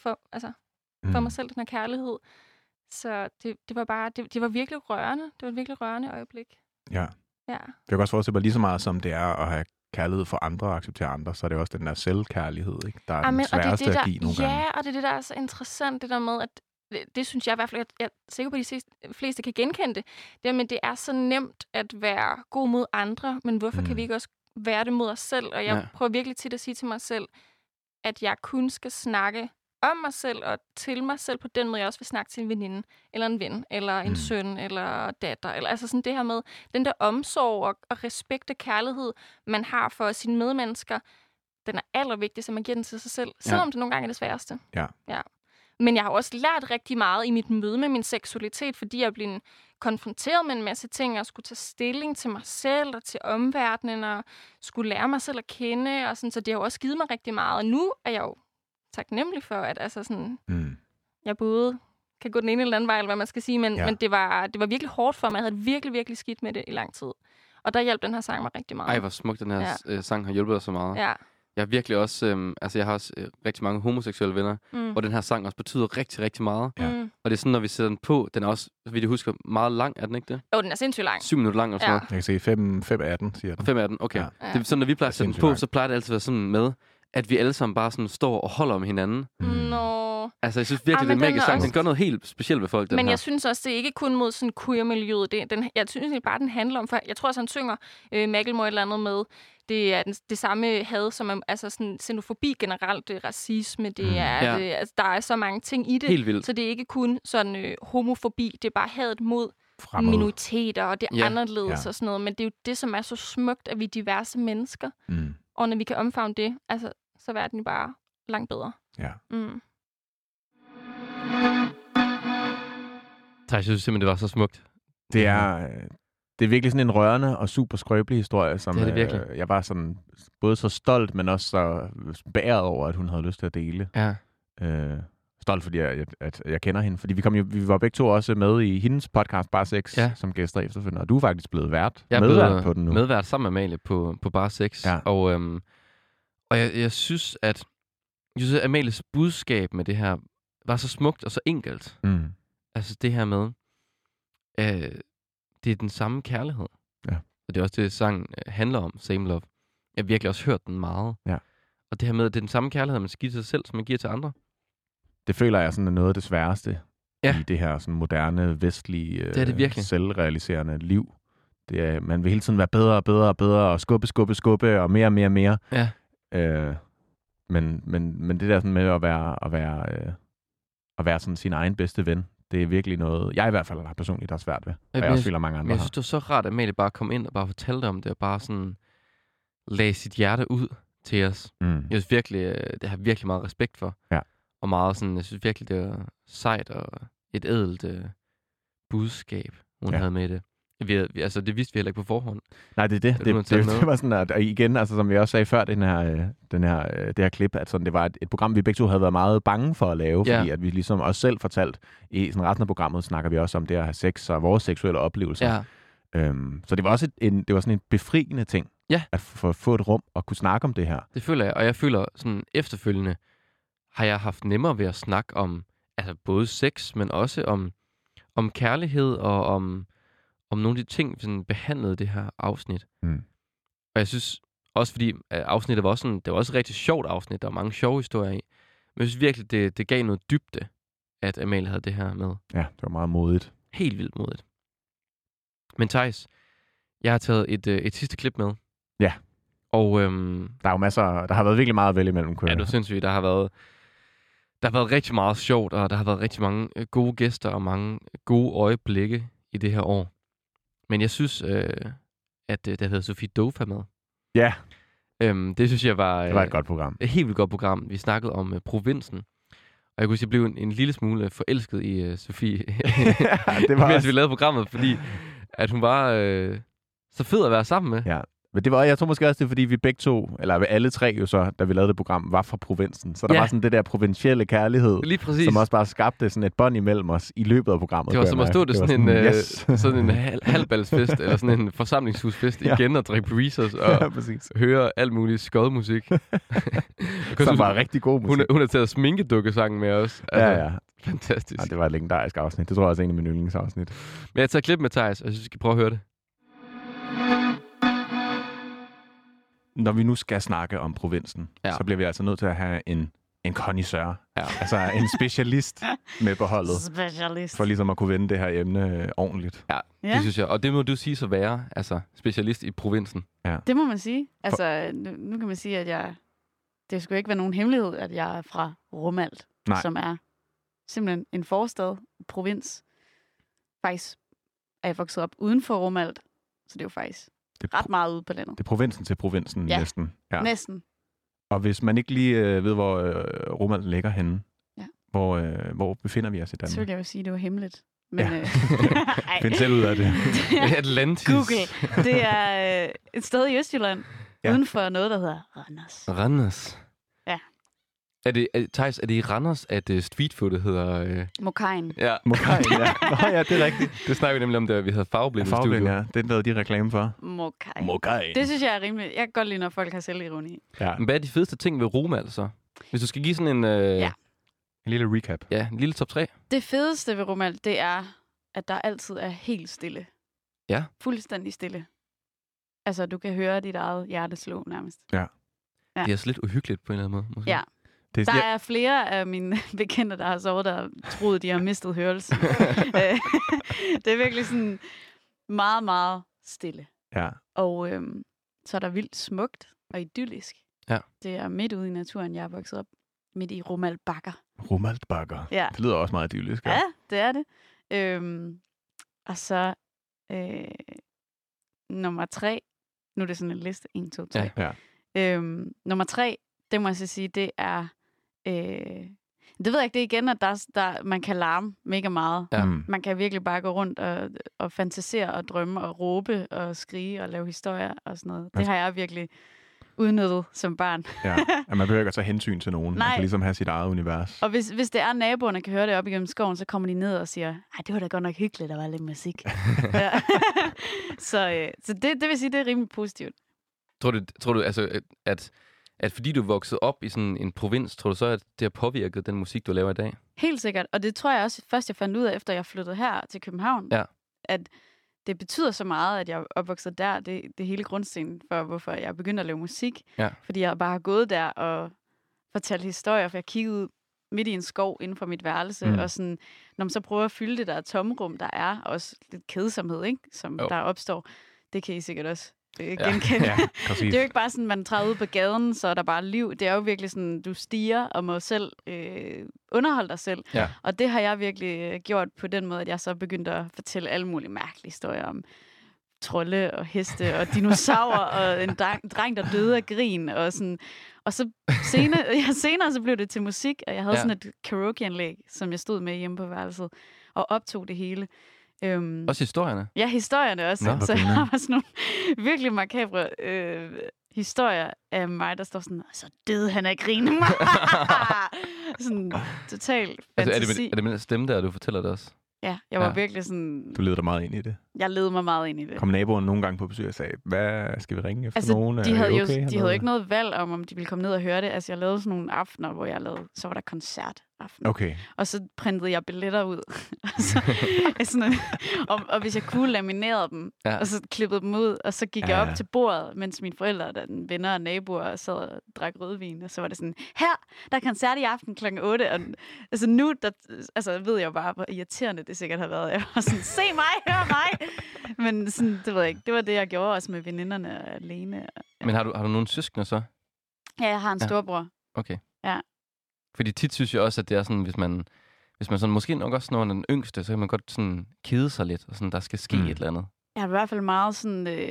for mig selv, den her kærlighed. Så det var bare, det var virkelig rørende. Det var et virkelig rørende øjeblik. Ja. Jeg kan også forestille mig, lige så meget som det er at have kærlighed for andre og acceptere andre, så er det også den der selvkærlighed, ikke? Der er den sværeste at give nogle gange. Ja, og det er det, der er så interessant, det der med, at det synes jeg i hvert fald, jeg er sikker på, at de fleste kan genkende det. Men det er så nemt at være god mod andre, men hvorfor kan vi ikke også være det mod os selv? Og jeg prøver virkelig tit at sige til mig selv, at jeg kun skal snakke om mig selv og til mig selv på den måde, jeg også vil snakke til en veninde, eller en ven, eller en søn, eller datter. Eller, altså sådan det her med den der omsorg og respekt og kærlighed, man har for sine medmennesker, den er allervigtigst, at man giver den til sig selv, selvom det nogle gange er det sværeste. Ja. Men jeg har også lært rigtig meget i mit møde med min seksualitet, fordi jeg blev konfronteret med en masse ting, og skulle tage stilling til mig selv og til omverdenen, og skulle lære mig selv at kende, og sådan, så det har også givet mig rigtig meget. Og nu er jeg jo taknemmelig for, at altså sådan, jeg både kan gå den ene eller anden vej, eller hvad man skal sige, men det var virkelig hårdt for mig. Jeg havde virkelig, virkelig skidt med det i lang tid. Og der hjalp den her sang mig rigtig meget. Ej, hvor smukt den her sang har hjulpet dig så meget. Ja. Jeg har virkelig også, jeg har også rigtig mange homoseksuelle venner, hvor den her sang også betyder rigtig, rigtig meget. Ja. Og det er sådan, når vi sætter den på, den er også, så vidt jeg husker, meget lang, er den ikke det? Jo, den er sindssygt lang. 7 minutter lang og sådan noget. Jeg kan se 5:18, siger den. 5:18, okay. Ja. Det er sådan, når vi plejer at sætte den på, så plejer det altid at være sådan med, at vi alle sammen bare sådan står og holder om hinanden. Altså, jeg synes virkelig, det er mega sang. Den gør noget helt specielt ved folk, den men her. Jeg synes også, det er ikke kun mod sådan queer-miljøet. Jeg synes ikke bare, den handler om, for jeg tror også, han synger Macklemore et eller andet med, det er det samme had, som altså sådan xenofobi generelt, det er racisme, det er, altså, der er så mange ting i det. Helt vildt. Så det er ikke kun sådan homofobi, det er bare hadet mod minoriteter, og det er anderledes og sådan noget. Men det er jo det, som er så smukt, at vi er diverse mennesker. Og når vi kan omfavne det, altså, så er verden bare langt bedre. Ja. Jeg synes simpelthen, det var så smukt. Det er virkelig sådan en rørende og super skrøbelig historie, som det virkelig. Jeg var sådan både så stolt, men også så beæret over, at hun havde lyst til at dele. Ja. Stolt, fordi at jeg kender hende. Fordi vi var begge to også med i hendes podcast, Bar 6, som gæster efterfølgende. Og du er faktisk blevet medvært på den nu. Medvært sammen med Amalie på Bar 6. Ja. Og jeg synes, at Amalies budskab med det her var så smukt og så enkelt. Altså det her med, det er den samme kærlighed. Ja. Og det er også det, sangen handler om, Same Love. Jeg har virkelig også hørt den meget. Ja. Og det her med, at det er den samme kærlighed, man skal give til sig selv, som man giver til andre. Det føler jeg sådan er noget af det sværeste i det her sådan moderne, vestlige, det selvrealiserende liv. Det er, man vil hele tiden være bedre og bedre og bedre, og skubbe, og mere. Ja. Men det der sådan med at være sådan sin egen bedste ven, det er virkelig noget, jeg i hvert fald har personligt der svært ved. Og jeg også føler mange andre jeg synes, det var så rart, at Amalie bare kom ind og bare fortalte om det, og bare sådan lagde sit hjerte ud til os. Jeg synes virkelig, det har jeg virkelig meget respekt for. Ja. Og meget sådan, jeg synes virkelig, det var sejt og et ædelt budskab, hun havde med det. Altså, det vidste vi heller ikke på forhånd. Nej, det er det. Det var sådan, at igen, altså, som vi også sagde før, det her klip, at sådan, det var et program, vi begge to havde været meget bange for at lave, fordi at vi ligesom også selv fortalt, i sådan resten af programmet snakker vi også om det at have sex og vores seksuelle oplevelser. Ja. Så det var også det var sådan en befriende ting, at få et rum og kunne snakke om det her. Det føler jeg, og jeg føler sådan efterfølgende, har jeg haft nemmere ved at snakke om altså både sex, men også om kærlighed og om nogle af de ting, vi sådan behandlede det her afsnit. Og jeg synes Også fordi afsnittet var også sådan, det var også et rigtig sjovt afsnit. Der var mange sjove historier i. Men jeg synes virkelig, det gav noget dybde, at Amalie havde det her med. Ja, det var meget modigt. Helt vildt modigt. Men Theis, jeg har taget et sidste klip med. Ja. Og der er jo masser, der har været virkelig meget at vælge imellem. Ja, det synes vi. Der har været rigtig meget sjovt, og der har været rigtig mange gode gæster og mange gode øjeblikke i det her år. Men jeg synes, at der hedder Sofie Dofa med. Ja. Det synes jeg var... det var et godt program. Et helt vildt godt program. Vi snakkede om provinsen. Og jeg kunne sige, at jeg blev en lille smule forelsket i Sofie, det var mens vi lavede programmet, fordi at hun var så fed at være sammen med. Ja. Men det var, jeg tror måske også, det er, fordi vi begge to, eller alle tre jo så, da vi lavede det program, var fra provinsen. Så der var sådan det der provincielle kærlighed, lige præcis, som også bare skabte sådan et bånd imellem os i løbet af programmet. Det var som at stå det sådan en halvbalsfest, eller sådan en forsamlingshusfest igen, og drikke breezers, og høre alt muligt skodmusik. Som var rigtig god musik. Hun har taget sminkedukkesangen med os. Altså, ja. Fantastisk. Ja, det var et legendarisk afsnit. Det tror jeg også er en af mine yndlingsafsnit. Men jeg tager klip med Theis, og jeg synes, vi skal prøve at høre det. Når vi nu skal snakke om provinsen, så bliver vi altså nødt til at have en connoisseur. Ja. Altså en specialist med på holdet. Specialist. For ligesom at kunne vende det her emne ordentligt. Ja, det synes jeg. Og det må du sige så være, altså specialist i provinsen. Ja. Det må man sige. Altså, nu kan man sige, at det skulle ikke være nogen hemmelighed, at jeg er fra Romalt, som er simpelthen en forstad, provins. Faktisk er jeg vokset op uden for Romalt, så det er jo faktisk ret meget ude på landet. Det er provinsen til provinsen næsten. Ja, næsten. Og hvis man ikke lige ved, hvor Romalt ligger henne, hvor befinder vi os i Danmark? Så vil jeg jo sige, at det var hemmeligt. Men, find selv ud af det. Atlantis. Google. Det er et sted i Østjylland, uden for noget, der hedder Randers. Randers. Ja. Theis, er det i Randers, at streetfoodet hedder... Mokajen. Ja. Mokajen, ja. Nå ja, det er rigtigt. Det snakker vi nemlig om, da vi havde Farveblind i studiet. Ja. Den lavede de reklame for. Mokajen. Det synes jeg er rimeligt. Jeg kan godt lide, når folk har selvironi. Ja. Men hvad er de fedeste ting ved Romalt så? Hvis du skal give sådan en... En lille recap. Ja, en lille top 3. Det fedeste ved Romalt, det er, at der altid er helt stille. Ja. Fuldstændig stille. Altså, du kan høre dit eget hjerte slå nærmest. Ja. Det er også lidt uhyggeligt på en eller anden måde. Måske. Ja. Der er flere af mine bekendte, der har sovet, der troede, de har mistet hørelsen. Det er virkelig sådan meget, meget stille. Ja. Og så er der vildt smukt og idyllisk. Ja. Det er midt ude i naturen, jeg er vokset op. Midt i Romalt Bakker. Romalt Bakker. Ja. Det lyder også meget idyllisk. Ja, det er det. Og så nummer 3. Nu er det sådan en liste. 1, 2, 3. Ja. Nummer 3, det må jeg så sige, det er... det ved jeg ikke, det er igen, at man kan larme mega meget. Ja. Man kan virkelig bare gå rundt og fantasere og drømme og råbe og skrige og lave historier og sådan noget. Det har jeg virkelig udnyttet som barn. Ja, man behøver ikke at tage hensyn til nogen. Man kan ligesom have sit eget univers. Og hvis det er naboerne, kan høre det op igennem skoven, så kommer de ned og siger, ej, det var da godt nok hyggeligt, der var lidt musik. Så det vil sige, det er rimelig positivt. Tror du altså, at fordi du er vokset op i sådan en provins, tror du så, at det har påvirket den musik, du laver i dag? Helt sikkert. Og det tror jeg også først, jeg fandt ud af, efter jeg flyttede her til København. Ja. At det betyder så meget, at jeg er opvokset der. Det er hele grundstenen for, hvorfor jeg begyndte at lave musik. Ja. Fordi jeg bare har gået der og fortalt historier, for jeg kiggede ud midt i en skov inden for mit værelse, og sådan, når man så prøver at fylde det der tomrum, der er, også lidt kedsomhed, ikke? Som der opstår, det kan I sikkert også genkende. Ja, det er jo ikke bare sådan, man træder ud på gaden, så er der bare liv. Det er jo virkelig sådan, du stiger og må selv underholde dig selv. Ja. Og det har jeg virkelig gjort på den måde, at jeg så begyndte at fortælle alle mulige mærkelige historier om trolde og heste og dinosaurer og en dreng, der døde af grin. Og så senere så blev det til musik, og jeg havde sådan et karaokeanlæg, som jeg stod med hjemme på værelset, og optog det hele. Også historierne? Ja, historierne også. Nå, så jeg har sådan nogle virkelig makabre historier af mig, der står sådan, så døde han af grin. Sådan total fantasi. Altså, er det med den stemme der, du fortæller det også? Ja, jeg var virkelig sådan... Du levede dig meget ind i det? Jeg levede mig meget ind i det. Kom naboen nogle gange på besøg og sagde, hvad skal vi ringe efter nogen? De havde jo ikke noget valg om de ville komme ned og høre det. Altså, jeg lavede sådan nogle aftener, hvor så var der koncert aften. Okay. Og så printede jeg billetter ud. og hvis jeg kunne, laminerede dem, og så klippede dem ud, og så gik jeg op til bordet, mens mine forældre, venner og naboer, sad og drak rødvin, og så var det sådan, her, der er koncert i aften kl. 8, og altså nu, ved jeg jo bare, hvor irriterende det sikkert har været. Jeg var sådan, se mig, hør mig! Men sådan, det ved jeg ikke, det var det, jeg gjorde også med veninderne og alene. Ja. Men har du nogle søskende så? Ja, jeg har en storbror. Okay. Ja. Fordi tit synes jeg også, at det er sådan, hvis man sådan, måske nok også når man er den yngste, så kan man godt sådan kede sig lidt, og sådan, der skal ske et eller andet. Jeg er i hvert fald meget sådan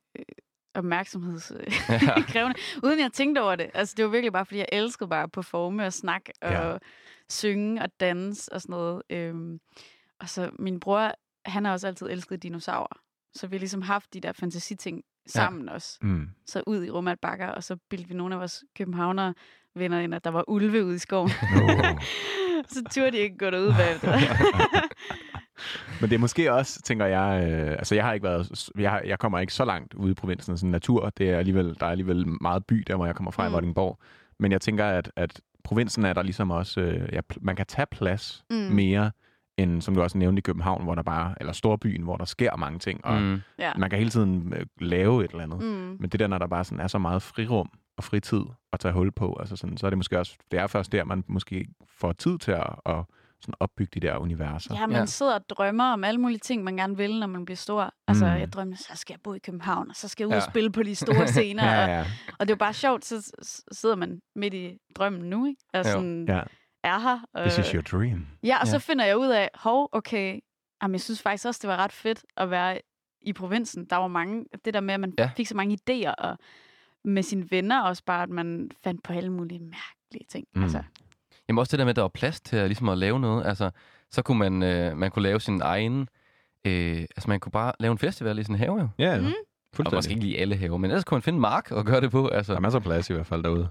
opmærksomhedskrævende, uden jeg tænkte over det. Altså, det var virkelig bare, fordi jeg elskede bare at performe og snakke og synge og danse og sådan noget. Og så min bror, han har også altid elsket dinosaurer. Så vi har ligesom haft de der fantasiting sammen også. Så ud i Rumalt Bakker, og så bildte vi nogle af vores københavnere venner ind, at der var ulve ude i skoven. Så turde de ikke gå derud bagefter. Men det er måske også, tænker jeg, altså jeg har ikke været, jeg kommer ikke så langt ude i provinsen, sådan natur, der er alligevel meget by, der hvor jeg kommer fra i Vordingborg. Men jeg tænker, at provinsen er der ligesom også, man kan tage plads mere, end som du også nævnte i København, hvor der bare, eller storbyen, hvor der sker mange ting, og man kan hele tiden lave et eller andet. Men det der, når der bare sådan er så meget frirum og fritid at tage hul på, altså sådan, så er det måske også, det er først der, man måske får tid til at sådan opbygge de der universer. Ja, man sidder og drømmer om alle mulige ting, man gerne vil, når man bliver stor. Altså, jeg drømmer, så skal jeg bo i København, og så skal jeg ud og spille på de store scener. Og det er jo bare sjovt, så sidder man midt i drømmen nu, ikke? Og sådan er her. This is your dream. Ja, og så finder jeg ud af, okay, jamen, jeg synes faktisk også, det var ret fedt at være i provinsen. Der var mange, det der med, at man fik så mange idéer, og med sine venner også bare, at man fandt på alle mulige mærkelige ting. Altså. Jamen også det der med, at der var plads til ligesom at lave noget. Altså, så kunne man kunne lave sin egen... altså, man kunne bare lave en festival i sin have, jo. Ja, og måske ikke lige alle haver, men ellers kunne man finde en mark og gøre det på. Altså. Der er masser af plads i hvert fald derude.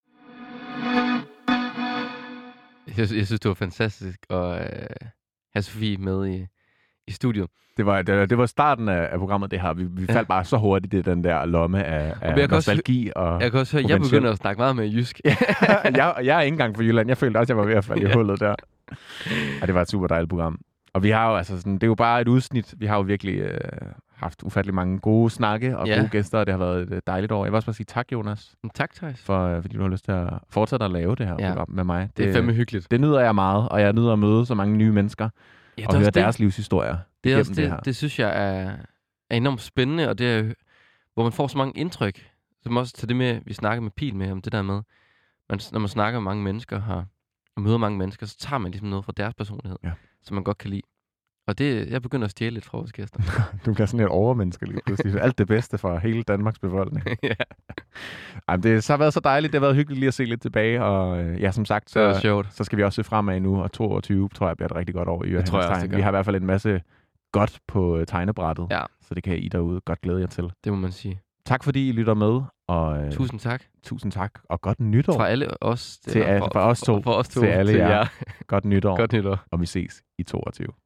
Jeg synes, det var fantastisk at have Sofie med i studiet. Det var starten af programmet, det her. Vi faldt bare så hurtigt i den der lomme af nostalgi. Jeg kan også høre, at jeg begynder at snakke meget med jysk. jeg er ikke engang fra Jylland. Jeg følte også, at jeg var ved at falde i hullet der. Og det var et super dejligt program. Og vi har jo altså sådan, det er jo bare et udsnit. Vi har jo virkelig haft ufattelig mange gode snakke og gode gæster, og det har været et dejligt år. Jeg vil også bare sige tak, Jonas. Tak, Theis. Fordi du har lyst til at fortsætte at lave det her program med mig. Det er fandme hyggeligt. Det nyder jeg meget, og jeg nyder at møde så mange nye mennesker og høre deres livshistorier. Det er også det synes jeg er enormt spændende, og det er hvor man får så mange indtryk. Som også til det med, vi snakker med Pil med om det der med, når man snakker med mange mennesker og møder mange mennesker, så tager man ligesom noget fra deres personlighed, som man godt kan lide. Og jeg begynder at stjæle lidt fra vores gæster. Du bliver sådan et overmenneske lige pludselig. Alt det bedste for hele Danmarks befolkning. Ej, det har været så dejligt. Det har været hyggeligt lige at se lidt tilbage. Og som sagt, så skal vi også se fremad nu. Og 22 tror jeg bliver et rigtig godt år i Johannestegn. Vi har i hvert fald en masse godt på tegnebrættet. Ja. Så det kan I derude godt glæde jer til. Det må man sige. Tak fordi I lytter med. Og, tusind tak. Tusind tak. Og godt nytår. Fra alle os. Fra os to. For os to. Til alle jer. Godt nytår. Godt nytår. Og vi ses i 22.